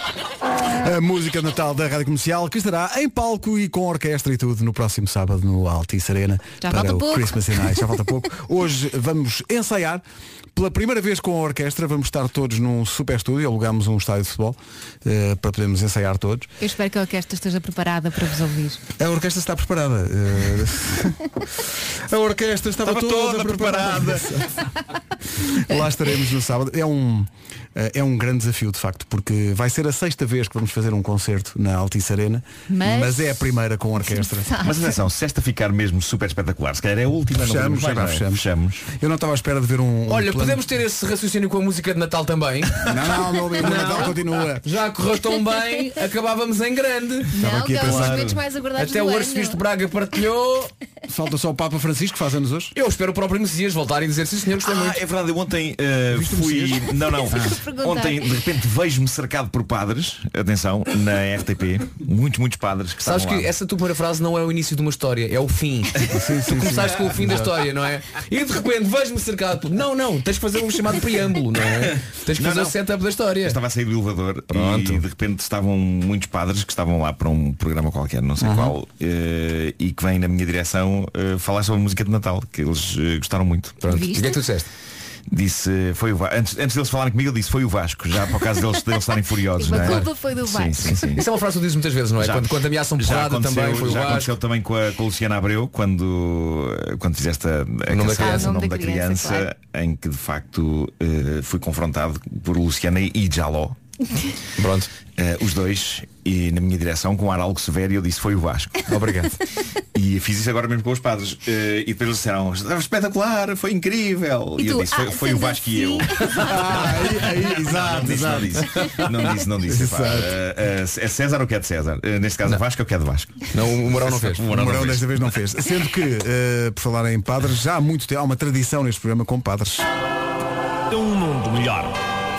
A música de Natal da Rádio Comercial, que estará em palco e com orquestra e tudo no próximo sábado no Altice Arena Já para o pouco. Christmas in Night. Já falta pouco. Hoje vamos ensaiar pela primeira vez com a orquestra. Vamos estar todos num super estúdio. Alugamos um estádio de futebol uh, para podermos ensaiar todos. Eu espero que a orquestra esteja preparada para vos ouvir. A orquestra está preparada. Uh, a orquestra estava, Estava toda, toda preparada. Lá estaremos no sábado. É um, uh, é um grande desafio, de facto, porque vai ser a sexta vez que vamos fazer um concerto na Altice Arena, mas, mas é a primeira com orquestra. Mas atenção, se esta ficar mesmo super espetacular, se calhar é a última. Fechamos, não já mais, fechamos. fechamos. Eu não estava à espera de ver um. Olha, um plano... podemos ter esse raciocínio com a música de Natal também? Não, não, meu amigo, o Natal continua. Já correu tão bem, acabávamos em grande. Não, aqui que a é um dos pensar. momentos mais aguardados Até do o ano. arcebispo de Braga partilhou. Falta só o Papa Francisco, que faz anos hoje. Eu espero o próprio Messias voltar e dizer sim senhor, gostei Ah, muito. é verdade, eu ontem uh, fui. Não, não. perguntar. Ontem de repente vejo-me cercado por padres, atenção, na R T P. Muitos, muitos padres que Sabes estavam que lá. essa tua frase não é o início de uma história, é o fim. Sim, Tu começaste com o fim da história, não é? E de repente vejo-me cercado por... Não, não, tens que fazer um chamado preâmbulo, não é? Tens que Não, fazer não. o setup da história. Eu estava a sair do elevador Pronto. e de repente estavam muitos padres que estavam lá para um programa qualquer, não sei Uhum. qual, eh, e que vêm na minha direção eh, falar sobre a música de Natal, que eles eh, gostaram muito. Pronto. Viste? E o que é que tu disseste? Disse, foi o Vasco. Antes, antes deles falarem comigo, eu disse, foi o Vasco, já para o caso deles, deles estarem furiosos. A não é? culpa foi do Sim, Vasco. sim, sim. Isso é uma frase que tu dizes muitas vezes, não é? Já- Quando, quando ameaçam Já porrada aconteceu, também foi o já Vasco. aconteceu também com a, com a Luciana Abreu quando, quando fizeste a, a O nome da canção, criança. o nome Ah, da o nome da criança, criança, em que de facto eh, fui confrontado por Luciana e Jaló. Pronto. Eh, os dois e na minha direção com um ar algo severo e eu disse foi o Vasco. Obrigado. E fiz isso agora mesmo com os padres. Eh, e depois eles disseram, estava espetacular, foi incrível. E E, eu tu, disse, foi, "Ah, foi o sendo Vasco e eu. Ah, aí, aí, exato, Não disse, não exato. disse. Não disse, não disse. Epá, eh, eh, é César ou que é de César? Eh, neste caso é Vasco ou que é de Vasco? Não, o Mourão não fez. O O Mourão não Mourão fez. desta vez não fez. Sendo que, eh, por falar em padres, já há muito tempo, há uma tradição neste programa com padres. Um mundo melhor.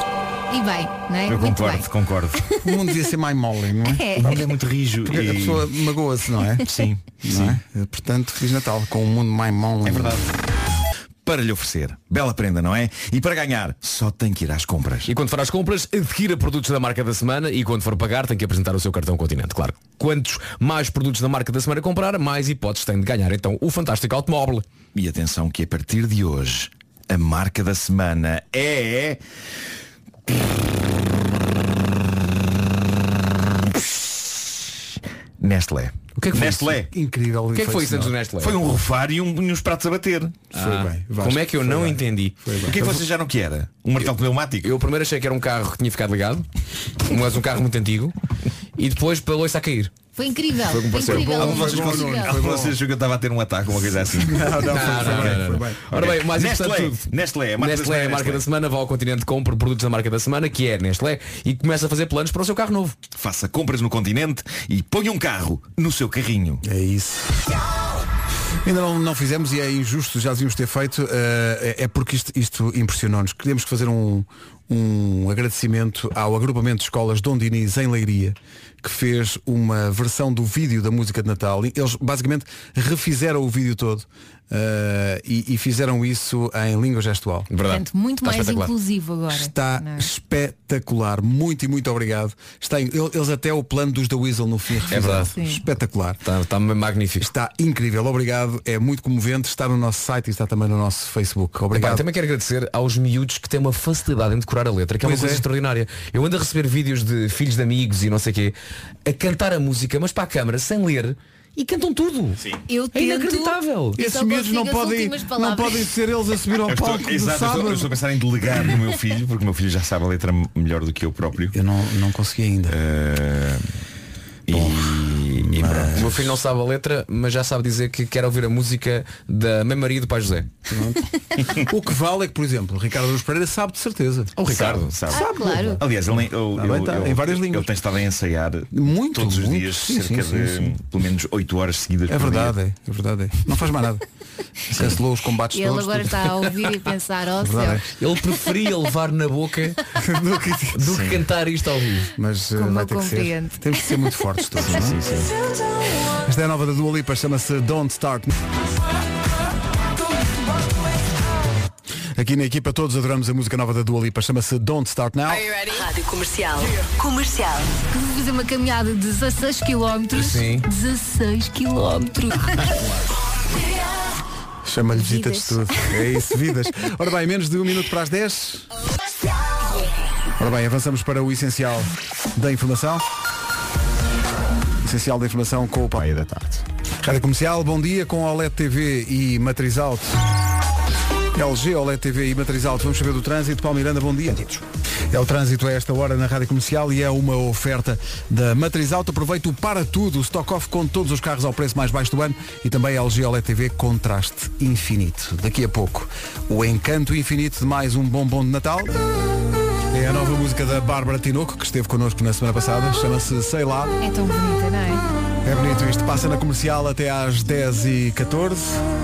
E bem, não é? Eu Muito concordo, bem. concordo. O mundo devia ser mais mole, não é? É. O mundo é muito rijo. Porque a e... pessoa magoa-se, não é? Sim, Não sim. é? Portanto, Feliz Natal, com um mundo mais mole. É verdade. Para lhe oferecer, bela prenda, não é? E para ganhar, só tem que ir às compras. E quando for às compras, adquira produtos da marca da semana e quando for pagar tem que apresentar o seu cartão Continente, claro. Quantos mais produtos da marca da semana comprar, mais hipóteses tem de ganhar então o fantástico automóvel. E atenção que a partir de hoje, A marca da semana é... Nestlé. O que é que foi Nestlé. isso? Incrível. O que é que foi isso antes do Nestlé? Foi um rufar e, um, e uns pratos a bater. Ah, Foi bem, Vasco, como é que eu foi não bem. entendi? O que é que vocês acharam que era? Um martelo pneumático? Eu primeiro achei que era um carro que tinha ficado ligado, mas um carro muito antigo, e depois pela loiça a cair. Foi incrível. Foi como Foi pareceu. incrível. Algum de Foi vocês, incrível. cons- algum de vocês achou que eu estava a ter um ataque, uma coisa assim? Não, não, foi, Não, foi não, bem, não, foi não. bem. Ora bem, mais Nestlé, importante de tudo. Nestlé, a marca da Nestlé semana é é a marca Nestlé. da semana, vá ao continente, compre produtos da marca da semana, que é Nestlé, e começa a fazer planos para o seu carro novo. Faça compras no continente e ponha um carro no seu carrinho. É isso. Ainda não, não fizemos e é injusto, já devíamos ter feito, uh, é, é porque isto, isto impressionou-nos. Queríamos fazer um, um agradecimento ao agrupamento de escolas Dom Dinis em Leiria, que fez uma versão do vídeo da música de Natal. Eles basicamente refizeram o vídeo todo uh, e, e fizeram isso em língua gestual. Portanto, muito Está mais espetacular. inclusivo agora. Está Não é? espetacular. Muito e muito obrigado. Está, em- eles até o plano dos The Weasel no fim refizeram. verdade. Sim. Espetacular. Está, está magnífico. Está incrível. Obrigado. É muito comovente. Está no nosso site e está também no nosso Facebook. Epá, Obrigado. também quero agradecer aos miúdos que têm uma facilidade em decorar a letra, que é uma Pois coisa é. extraordinária. Eu ando a receber vídeos de filhos de amigos e não sei o quê, a cantar a música, mas para a câmara, sem ler, e cantam tudo. Sim. Eu É tento, inacreditável. eu Esses só miúdos não consigo as podem, últimas não palavras. podem ser eles a subir ao Eu estou, palco do exato, eu estou, sábado. eu estou a pensar em delegar no meu filho, porque o meu filho já sabe a letra melhor do que eu próprio. Eu não, não consegui ainda. Eh, e, e pronto. O meu filho não sabe a letra, mas já sabe dizer que quer ouvir a música da Mãe Maria e do Pai José. O que vale é que, por exemplo, o Ricardo Aruz Pereira sabe de certeza. O Ricardo. Sabe, Ah, claro. Aliás, ele, eu, Tá bem, eu- tá, eu- em várias línguas. ele tem estado a ensaiar Muito, todos os muito. dias, Sim, cerca sim, de sim, sim. pelo menos oito horas seguidas. É por verdade, dia. é, é verdade. É. Não faz mais nada. Cancelou os combates E ele todos. agora tudo. está a ouvir e a pensar, ó É verdade, céu. Ele preferia levar na boca Do que- do que cantar isto ao vivo. Mas uh, Como vai eu ter que ser. compreendo. Temos que ser muito fortes todos. não é? Esta é a nova da Dua Lipa, chama-se Don't Start. Aqui na equipa todos adoramos a música nova da Dua Lipa, chama-se Don't Start Now. Rádio Comercial. Comercial. Que vou fazer uma caminhada de dezasseis quilómetros. Sim. dezasseis quilómetros. Chama-lhe visita de Vidas. estudo. É isso, vidas. Ora bem, menos de um minuto para as dez. Ora bem, avançamos para o essencial da informação. Essencial da informação com o Pai da Tarde. Rádio Comercial, bom dia com O L E D T V e Matriz Alto. L G, O L E D T V e Matriz Alto. Vamos saber do trânsito. Paulo Miranda, bom dia. É o trânsito a esta hora na Rádio Comercial e é uma oferta da Matriz Alto. Aproveita o para tudo, o stock off com todos os carros ao preço mais baixo do ano e também a L G O L E D T V Contraste Infinito. Daqui a pouco, o encanto infinito de mais um bombom de Natal. É a nova música da Bárbara Tinoco, que esteve connosco na semana passada. Chama-se Sei Lá. É tão bonita, não é? É bonito isto. Passa na Comercial até às dez e catorze.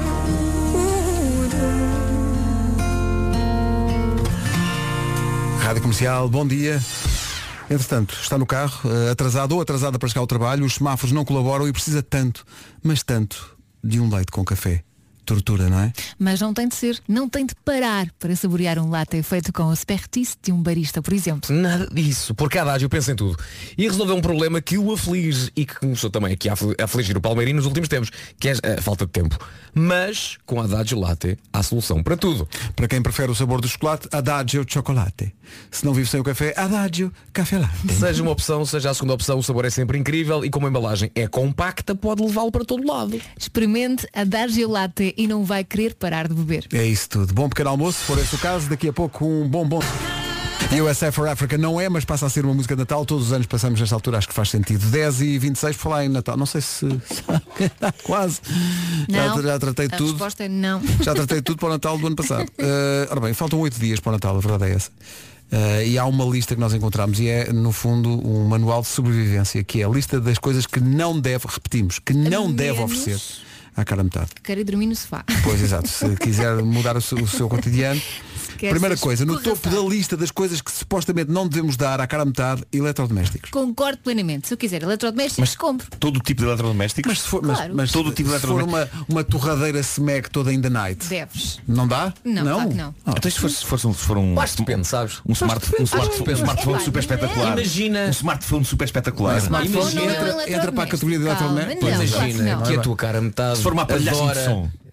Rádio Comercial, bom dia. Entretanto, está no carro, eh, atrasado ou atrasada para chegar ao trabalho, os semáforos não colaboram e precisa tanto, mas tanto, de um leite com café. Tortura, não é? Mas não tem de ser, não tem de parar para saborear um latte feito com a expertise de um barista, por exemplo. Nada disso, porque a Adágio pensa em tudo. E resolveu um problema que o aflige e que começou também aqui a afli- a afligir o Palmeirinho nos últimos tempos, que é a falta de tempo. Mas com a Adágio Latte há solução para tudo. Para quem prefere o sabor do chocolate, Adagio Chocolate. Se não vive sem o café, Adagio Café Latte. Seja uma opção, seja a segunda opção, o sabor é sempre incrível e como a embalagem é compacta, pode levá-lo para todo lado. Experimente a Adagio Latte e não vai querer parar de beber. É isso tudo. Bom pequeno almoço, se for esse o caso, daqui a pouco um bom bom. U S A for Africa não é, mas passa a ser uma música de Natal. Todos os anos passamos nesta altura, acho que faz sentido. dez e vinte e seis, por falar em Natal. Não sei se... Quase. Não, Já, já tratei de a tudo. resposta é não. Já tratei de tudo para o Natal do ano passado. Uh, ora bem, faltam oito dias para o Natal, a verdade é essa. Uh, e há uma lista que nós encontramos e é, no fundo, um manual de sobrevivência, que é a lista das coisas que não deve, repetimos, que não Menos deve oferecer à cara metade. Quero ir dormir no sofá. Pois, exato. Se quiser mudar o seu, o seu cotidiano. Quer Primeira ser coisa, no escorraçado. topo da lista das coisas que supostamente não devemos dar à cara metade, eletrodomésticos. Concordo plenamente. Se eu quiser eletrodomésticos, compro. Todo tipo de eletrodomésticos? Mas se for, Claro. mas, mas Todo tipo de se for uma, uma torradeira Smeg toda in the night, Deves. não dá? Não, claro que não. Então se for, se for, se for um, Acho que depende, sabes? um, smart, um, smart, Acho que um depende. smartphone É, super vai, espetacular. Imagina- Um smartphone super espetacular. Um smartphone Imagina- entra, entra para a categoria de Calma, eletrodomésticos. não, Pois, claro que Imagina não. que a tua cara metade Se for uma aparelhagem de adora som.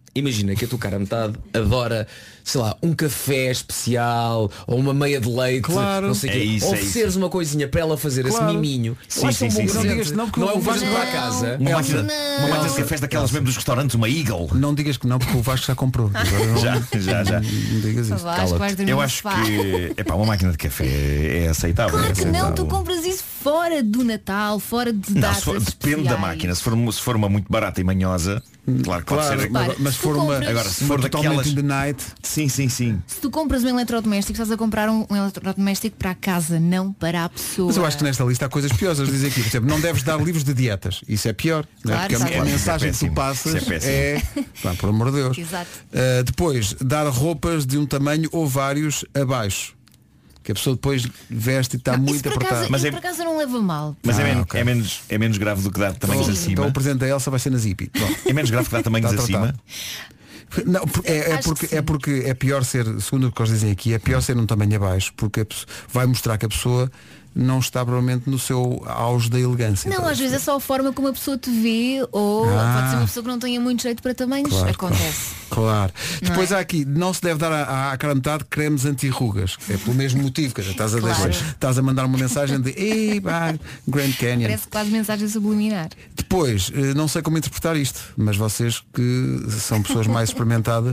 imagina que a tua cara a metade adora, sei lá, um café especial ou uma meia de leite, Claro. não sei o É quê. isso, é Ofereceres uma coisinha para ela fazer Claro. esse miminho. Sim, Eu acho sim, um bom sim, sim. presente. Não digas não, porque não é o um Vasco presente para a vai- casa. Uma Elsa, máquina, uma máquina de cafés daquelas mesmo dos restaurantes, uma Eagle. Não digas que não, porque o Vasco já comprou. Agora não, Já, já, já. não digas isso. Vasco, vais dormir Eu no acho sofá. que epá, uma máquina de café é aceitável. Claro é que não, aceitável. tu compras isso fora do Natal, fora de Não, datas se for- depende especiais. da máquina. Se for, se for uma muito barata e manhosa, claro que pode Claro, ser. mas, Repara, mas se se for tu uma, compras- Agora, se uma for totalmente daquelas. in the night, Sim, sim, sim. Se tu compras um eletrodoméstico, estás a comprar um, um eletrodoméstico para a casa, não para a pessoa. mas eu acho que nesta lista há coisas piores. Eles dizem aqui, por exemplo, não deves dar livros de dietas. Isso é pior. não é? Claro, Porque a- a claro. mensagem Isso é que tu péssimo. passas Isso é péssimo. é, pá, por amor de Deus. Exato. Uh, depois, dar roupas de um tamanho ou vários abaixo. Que a pessoa depois veste e está Isso muito por apertada. acaso, Mas isso é- por acaso não leva mal. Mas é, Ah, men- ok. é menos, é menos grave do que dar tamanhos Então, acima. então o presente da Elsa vai ser na Zippy. Pronto. É menos grave que dar tamanhos Está acima. tratado. Não, por- é, é Acho porque, que sim. é porque é pior ser, segundo o que eles dizem aqui, é pior ser num tamanho abaixo, porque a pessoa- vai mostrar que a pessoa não está provavelmente no seu auge da elegância. Não, Estás a às vezes é perceber? só a forma como a pessoa te vê, ou Ah. pode ser uma pessoa que não tenha muito jeito para tamanhos. Claro, Acontece. Claro. Não Depois é? há aqui, não se deve dar à, à cara metade cremes anti-rugas. É pelo mesmo motivo, que estás a Claro. deixar, estás a mandar uma mensagem de ei, pá, Grand Canyon. Parece quase mensagem subliminar. Depois, eh, não sei como interpretar isto, mas vocês que são pessoas mais experimentadas,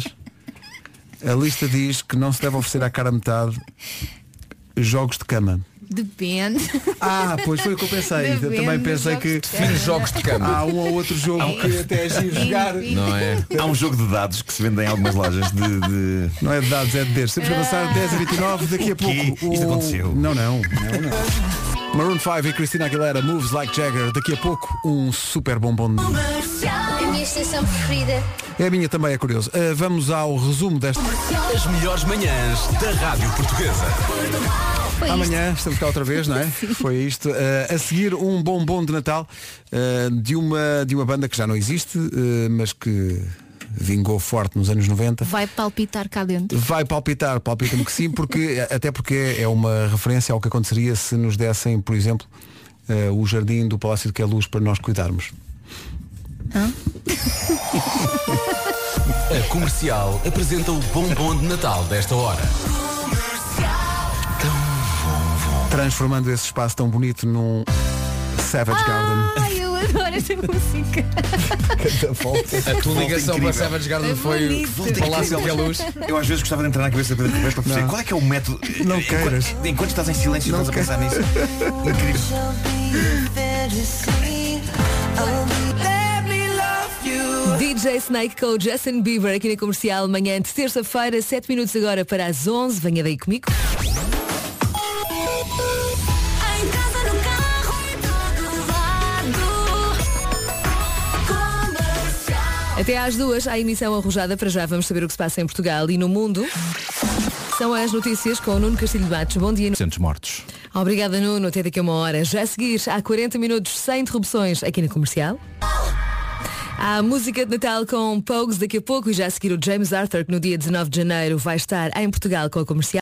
a lista diz que não se deve oferecer à cara metade jogos de cama. Depende. Ah, pois foi o que eu pensei. Eu Depende também dos pensei jogos que de cama. Fiz jogos de cama. há um ou outro jogo que até é giro jogar. Não é? Há um jogo de dados que se vende em algumas lojas de. de... Não é de dados, é de dez. Temos que avançar dez a vinte e nove daqui a pouco. Que isto aconteceu? Não, não, não, não. Maroon cinco e Christina Aguilera, Moves Like Jagger. Daqui a pouco, um super bombom. A minha estação preferida. É a minha também, é curioso. Uh, vamos ao resumo desta. As melhores manhãs da Rádio Portuguesa. Foi isto. Amanhã estamos cá outra vez, não é? Foi isto. Uh, a seguir, um bombom de Natal uh, de, uma, de uma banda que já não existe, uh, mas que vingou forte nos anos noventa. Vai palpitar cá dentro. Vai palpitar, palpita-me que sim, porque, até porque é uma referência ao que aconteceria se nos dessem, por exemplo, uh, o jardim do Palácio de Queluz para nós cuidarmos. Hã? A Comercial apresenta o bombom de Natal desta hora. Transformando esse espaço tão bonito num Savage Garden. Ai, eu adoro esta música. A tua ligação para incrível. Savage Garden É foi bonito. o Palácio de Luz. Eu às vezes gostava de entrar na cabeça de Pedro Ribeiro para perceber Não. qual é que é o método. Não enquanto, queiras. enquanto estás em silêncio Não estás a pensar nisso. Incrível. D J Snake com o Justin Bieber aqui na Comercial, manhã de terça-feira, sete minutos agora para as onze. Venha daí comigo. Até às duas, a emissão arrojada. Para já vamos saber o que se passa em Portugal e no mundo. São as notícias com o Nuno Castilho de Matos. Bom dia. Centos mortos. Obrigada, Nuno. Até daqui a uma hora. Já a seguir, há quarenta minutos sem interrupções aqui na Comercial. Há música de Natal com Pogues daqui a pouco e já a seguir o James Arthur, que no dia dezenove de janeiro vai estar em Portugal com a Comercial.